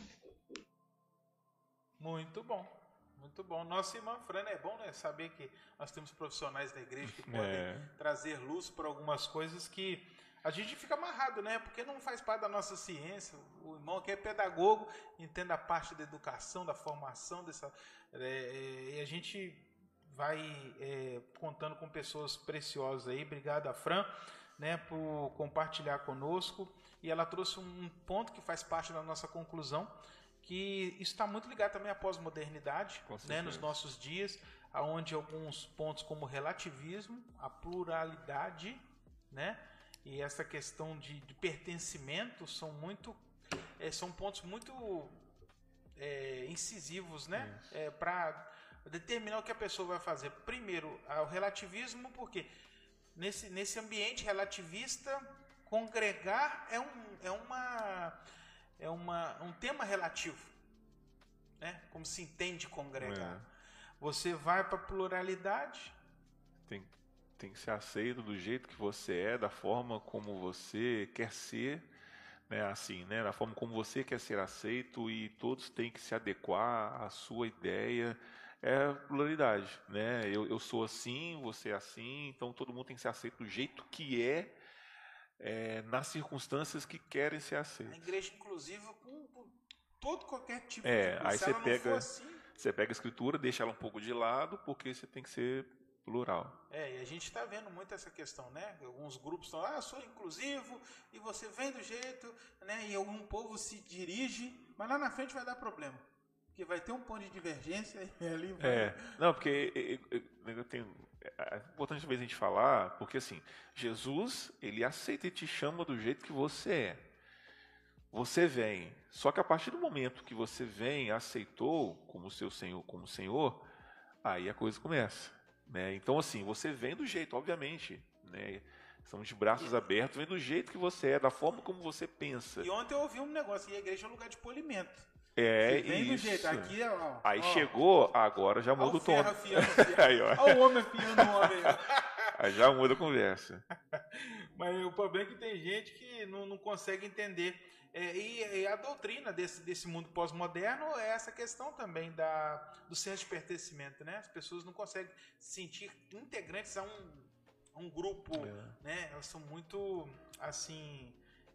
[SPEAKER 1] Muito bom, muito bom. Nossa irmã Fran, é bom, né, saber que nós temos profissionais da igreja que podem
[SPEAKER 3] É.
[SPEAKER 1] trazer luz para algumas coisas que a gente fica amarrado, né? Porque não faz parte da nossa ciência. O irmão que é pedagogo entende a parte da educação, da formação, dessa, é, e a gente vai é, contando com pessoas preciosas aí. Obrigado a Fran, né, por compartilhar conosco. E ela trouxe um ponto que faz parte da nossa conclusão, que isso está muito ligado também à pós-modernidade, né, nos nossos dias, onde alguns pontos como o relativismo, a pluralidade, né, e essa questão de, de pertencimento são muito, é, são pontos muito é, incisivos, né, é, para determinar o que a pessoa vai fazer. Primeiro, o relativismo, porque nesse, nesse ambiente relativista, congregar é, um, é, uma, é uma, um tema relativo, né? Como se entende congregar. É. Você vai para a pluralidade.
[SPEAKER 3] Tem, tem que ser aceito do jeito que você é, da forma como você quer ser, né? Assim, né? Da forma como você quer ser aceito, e todos têm que se adequar à sua ideia. É pluralidade, né? Eu, eu sou assim, você é assim, então todo mundo tem que ser aceito do jeito que é, é nas circunstâncias que querem ser aceitos.
[SPEAKER 1] A igreja inclusiva com, com todo qualquer tipo
[SPEAKER 3] é,
[SPEAKER 1] de coisa.
[SPEAKER 3] aí
[SPEAKER 1] Se
[SPEAKER 3] você
[SPEAKER 1] ela
[SPEAKER 3] pega,
[SPEAKER 1] não for assim...
[SPEAKER 3] você pega a escritura, deixa ela um pouco de lado, porque você tem que ser plural.
[SPEAKER 1] É, e a gente está vendo muito essa questão, né? Alguns grupos estão, ah, eu sou inclusivo, e você vem do jeito, né? E algum povo se dirige, mas lá na frente vai dar problema. Porque vai ter um ponto de divergência e ali vai...
[SPEAKER 3] É, não, porque eu, eu, eu tenho, é importante às vezes a gente falar, porque assim, Jesus, ele aceita e te chama do jeito que você é. Você vem, só que a partir do momento que você vem, aceitou como seu Senhor, como Senhor, aí a coisa começa, né? Então assim, você vem do jeito, obviamente, né? São de braços e... abertos, vem do jeito que você é, da forma como você pensa.
[SPEAKER 1] E ontem eu ouvi um negócio, e a igreja é um lugar de polimento.
[SPEAKER 3] É,
[SPEAKER 1] vem
[SPEAKER 3] isso.
[SPEAKER 1] Do jeito. Aqui, ó,
[SPEAKER 3] aí
[SPEAKER 1] ó,
[SPEAKER 3] chegou, agora já muda o tom.
[SPEAKER 1] Olha o homem afiando o homem.
[SPEAKER 3] Aí já muda a conversa.
[SPEAKER 1] Mas o problema é que tem gente que não, não consegue entender. É, e, e a doutrina desse, desse mundo pós-moderno é essa questão também da, do senso de pertencimento, né? As pessoas não conseguem se sentir integrantes a um, a um grupo, é. né? Elas são muito, assim...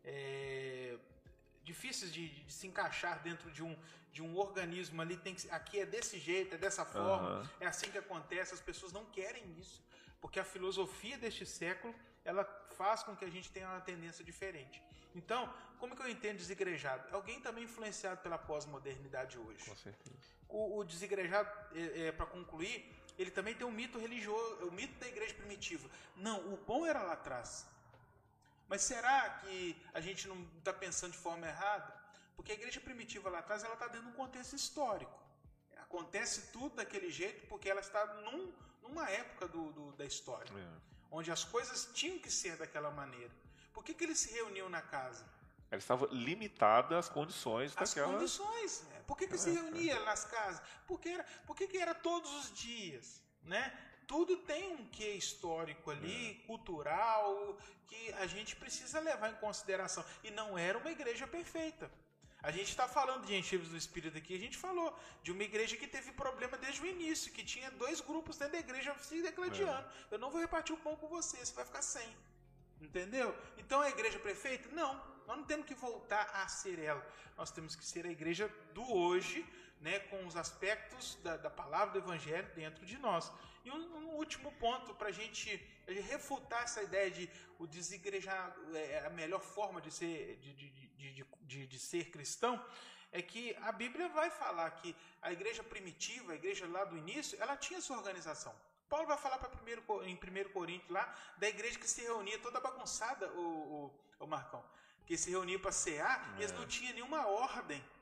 [SPEAKER 1] É, difíceis de, de se encaixar dentro de um, de um organismo ali, tem que, aqui é desse jeito, é dessa forma, uhum. é assim que acontece. As pessoas não querem isso, porque a filosofia deste século, ela faz com que a gente tenha uma tendência diferente. Então, como que eu entendo desigrejado? Alguém também influenciado pela pós-modernidade hoje.
[SPEAKER 3] Com certeza.
[SPEAKER 1] O, o desigrejado, é, é, para concluir, ele também tem um mito religioso, o mito da igreja primitiva. Não, o bom era lá atrás. Mas será que a gente não está pensando de forma errada? Porque a igreja primitiva lá atrás, ela está dentro de um contexto histórico. Acontece tudo daquele jeito porque ela está num, numa época do, do, da história, é. onde as coisas tinham que ser daquela maneira. Por que, que eles se reuniam na casa?
[SPEAKER 3] Ela estava limitada às condições
[SPEAKER 1] As
[SPEAKER 3] daquela...
[SPEAKER 1] condições. É. Por que, que é, se reunia é. nas casas? Porque era, por que, que era todos os dias, né? Tudo tem um quê histórico ali, é. cultural, que a gente precisa levar em consideração. E não era uma igreja perfeita. A gente está falando de enchidos do Espírito aqui, a gente falou de uma igreja que teve problema desde o início, que tinha dois grupos dentro da igreja se decladiando. É. Eu não vou repartir o pão com você, você vai ficar sem. Entendeu? Então a igreja perfeita? Não. Nós não temos que voltar a ser ela. Nós temos que ser a igreja do hoje, né, com os aspectos da, da palavra do Evangelho dentro de nós. E um, um último ponto para a gente refutar essa ideia de o desigrejado é a melhor forma de ser, de, de, de, de, de ser cristão, é que a Bíblia vai falar que a igreja primitiva, a igreja lá do início, ela tinha sua organização. Paulo vai falar pra primeiro, em primeiro Coríntios lá, da igreja que se reunia toda bagunçada, o, o, o Marcão, que se reunia para cear, é. e eles não tinham nenhuma ordem.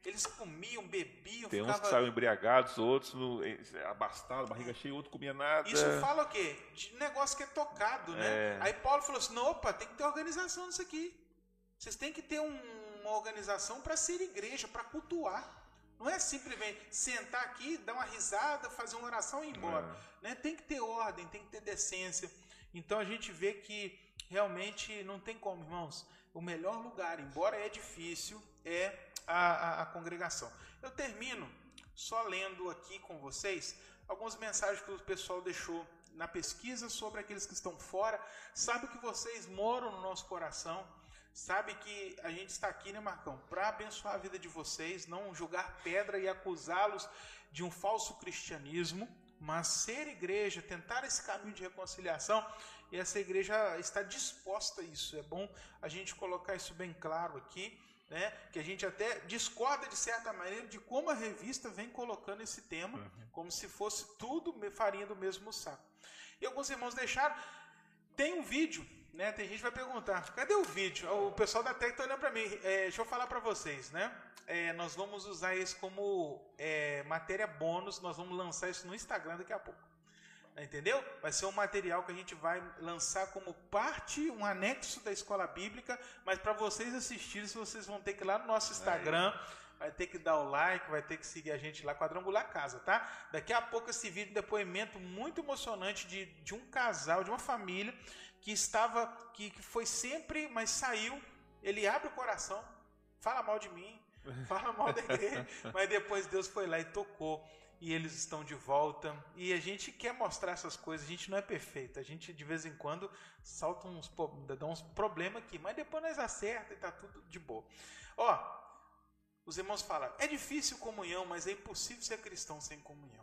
[SPEAKER 1] eles comiam, bebiam,
[SPEAKER 3] Tem uns
[SPEAKER 1] ficava...
[SPEAKER 3] que saíram embriagados, outros no, abastados, barriga cheia, outro comia nada.
[SPEAKER 1] Isso fala o quê? De negócio que é tocado, né?
[SPEAKER 3] É.
[SPEAKER 1] Aí Paulo falou assim, não, opa, tem que ter organização nisso aqui. Vocês têm que ter um, uma organização para ser igreja, para cultuar. Não é simplesmente sentar aqui, dar uma risada, fazer uma oração e ir embora. É. Né? Tem que ter ordem, tem que ter decência. Então a gente vê que realmente não tem como, irmãos. O melhor lugar, embora é difícil, é a, a, a congregação. Eu termino só lendo aqui com vocês algumas mensagens que o pessoal deixou na pesquisa sobre aqueles que estão fora. Sabe que vocês moram no nosso coração. Sabe que a gente está aqui, né, Marcão, para abençoar a vida de vocês, não jogar pedra e acusá-los de um falso cristianismo, mas ser igreja, tentar esse caminho de reconciliação, e essa igreja está disposta a isso. É bom a gente colocar isso bem claro aqui, né, que a gente até discorda de certa maneira de como a revista vem colocando esse tema, uhum. como se fosse tudo farinha do mesmo saco. E alguns irmãos deixaram, tem um vídeo, né, tem gente que vai perguntar, cadê o vídeo? O pessoal da Tec está olhando para mim. É, deixa eu falar para vocês, né? É, nós vamos usar isso como é, matéria bônus, nós vamos lançar isso no Instagram daqui a pouco. Entendeu? Vai ser um material que a gente vai lançar como parte, um anexo da escola bíblica, mas para vocês assistirem, vocês vão ter que ir lá no nosso Instagram, vai ter que dar o like, vai ter que seguir a gente lá, Quadrangular Casa, tá? Daqui a pouco esse vídeo, depoimento muito emocionante de, de um casal, de uma família, que estava, que, que foi sempre, mas saiu, ele abre o coração, fala mal de mim, fala mal da igreja, mas depois Deus foi lá e tocou, e eles estão de volta, e a gente quer mostrar essas coisas, a gente não é perfeito, a gente de vez em quando salta uns, dá uns problemas aqui, mas depois nós acerta e tá tudo de boa. Ó, os irmãos falaram, é difícil comunhão, mas é impossível ser cristão sem comunhão.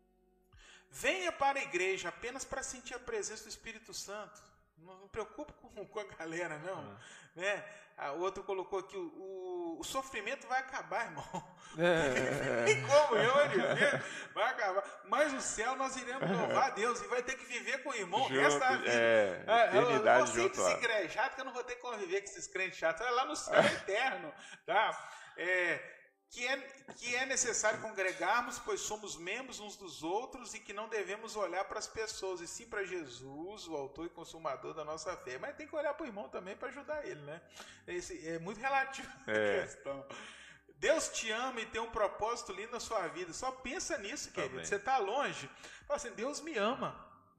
[SPEAKER 1] Venha para a igreja apenas para sentir a presença do Espírito Santo. Não me preocupe com, com a galera, não. Uhum. Né? A outro colocou aqui, o, o, o sofrimento vai acabar, irmão. É. Tem comunhão, vai acabar. Mas o céu nós iremos louvar a Deus e vai ter que viver com o irmão junto, o resto da vida. É, é, eu, eu vou sempre se igrejar, que eu não vou ter que conviver com esses crentes chatos. É lá no céu eterno. Tá? É... Que é, que é necessário congregarmos, pois somos membros uns dos outros e que não devemos olhar para as pessoas, e sim para Jesus, o autor e consumador da nossa fé. Mas tem que olhar para o irmão também para ajudar ele, né? Esse, é muito relativo é. a questão. Deus te ama e tem um propósito lindo na sua vida. Só pensa nisso, querido. Amém. Você está longe. Fala assim, Deus me ama.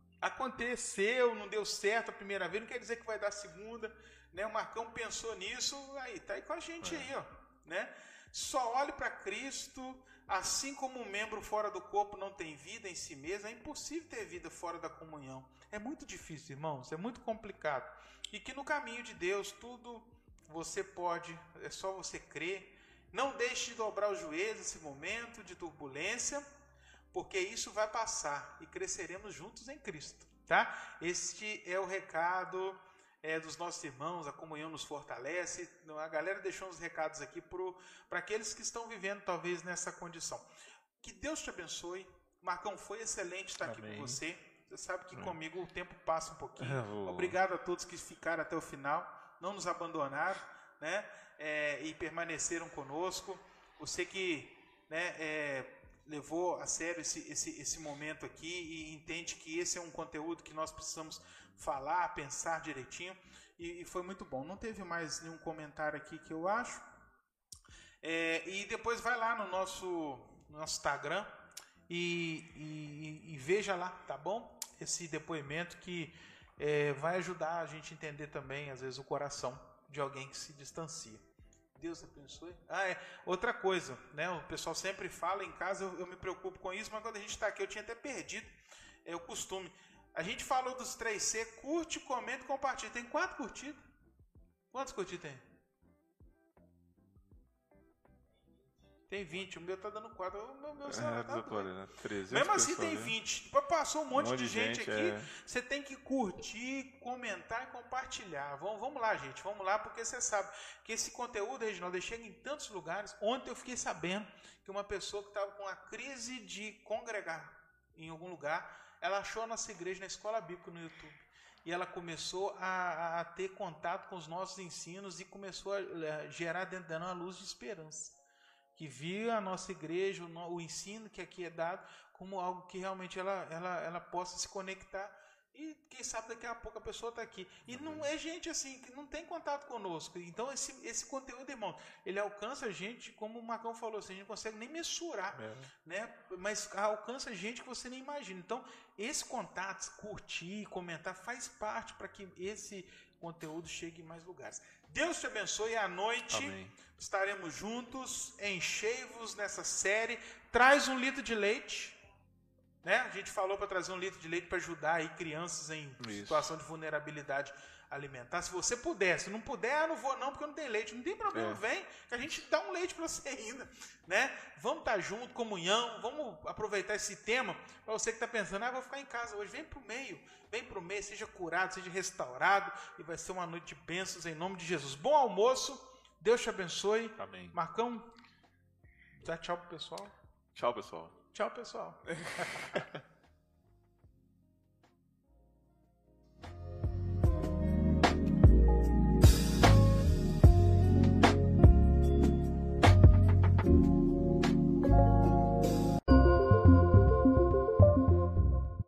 [SPEAKER 1] Aconteceu, não deu certo a primeira vez, não quer dizer que vai dar a segunda. Né? O Marcão pensou nisso, aí está aí com a gente é. aí, ó. Né? Só olhe para Cristo, assim como um membro fora do corpo não tem vida em si mesmo, é impossível ter vida fora da comunhão. É muito difícil, irmãos, é muito complicado. E que no caminho de Deus, tudo você pode, é só você crer. Não deixe de dobrar os joelhos nesse momento de turbulência, porque isso vai passar e cresceremos juntos em Cristo. Tá? Este é o recado... É, dos nossos irmãos, a comunhão nos fortalece. A galera deixou uns recados aqui para aqueles que estão vivendo talvez nessa condição. Que Deus te abençoe. Marcão, foi excelente estar Amém. aqui com você. Você sabe que Amém. comigo o tempo passa um pouquinho. Obrigado a todos que ficaram até o final, não nos abandonaram, né? É, e permaneceram conosco. Você que, né, é, levou a sério esse, esse, esse momento aqui e entende que esse é um conteúdo que nós precisamos falar, pensar direitinho, e, e foi muito bom. Não teve mais nenhum comentário aqui que eu acho. É, e depois vai lá no nosso, no nosso Instagram e, e, e veja lá, tá bom? Esse depoimento que é, vai ajudar a gente a entender também, às vezes, o coração de alguém que se distancia. Deus abençoe. Ah, é. Outra coisa, né? O pessoal sempre fala em casa, eu, eu me preocupo com isso, mas quando a gente está aqui, eu tinha até perdido é, o costume. A gente falou dos três C, curte, comenta e compartilha. Tem quatro curtidas. Quantos curtidas tem? Tem vinte. O meu tá dando quatro. O meu, meu celular é, tá dando. Mesmo assim tem vinte. Depois passou um monte, um monte de, de gente, gente aqui. É. Você tem que curtir, comentar e compartilhar. Vamos, vamos lá, gente. Vamos lá, porque você sabe que esse conteúdo, Reginaldo, chega em tantos lugares. Ontem eu fiquei sabendo que uma pessoa que estava com a crise de congregar em algum lugar, ela achou a nossa igreja na escola bíblica no YouTube. E ela começou a, a ter contato com os nossos ensinos e começou a, a gerar dentro dela uma luz de esperança. que via a nossa igreja, o, o ensino que aqui é dado, como algo que realmente ela, ela, ela possa se conectar. E quem sabe daqui a pouco a pessoa está aqui. E não é gente assim, que não tem contato conosco. Então esse, esse conteúdo, irmão, ele alcança a gente, como o Marcão falou, assim, a gente não consegue nem mensurar, é. né? Mas alcança a gente que você nem imagina. Então esse contato, curtir, comentar, faz parte para que esse conteúdo chegue em mais lugares. Deus te abençoe. À noite Amém. Estaremos juntos. Enchei-vos nessa série. Traz um litro de leite. Né? A gente falou para trazer um litro de leite para ajudar aí crianças em Isso. situação de vulnerabilidade alimentar. Se você puder, se não puder, ah, não vou não, porque eu não tenho leite. Não tem problema, é. vem, que a gente dá um leite para você ainda. Né? Vamos estar junto, comunhão, vamos aproveitar esse tema. Para você que está pensando, ah, vou ficar em casa hoje, vem para o meio, vem para o meio, seja curado, seja restaurado, e vai ser uma noite de bênçãos em nome de Jesus. Bom almoço, Deus te abençoe.
[SPEAKER 3] Amém.
[SPEAKER 1] Marcão, dá tchau pro pessoal.
[SPEAKER 3] Tchau, pessoal.
[SPEAKER 1] Tchau, pessoal.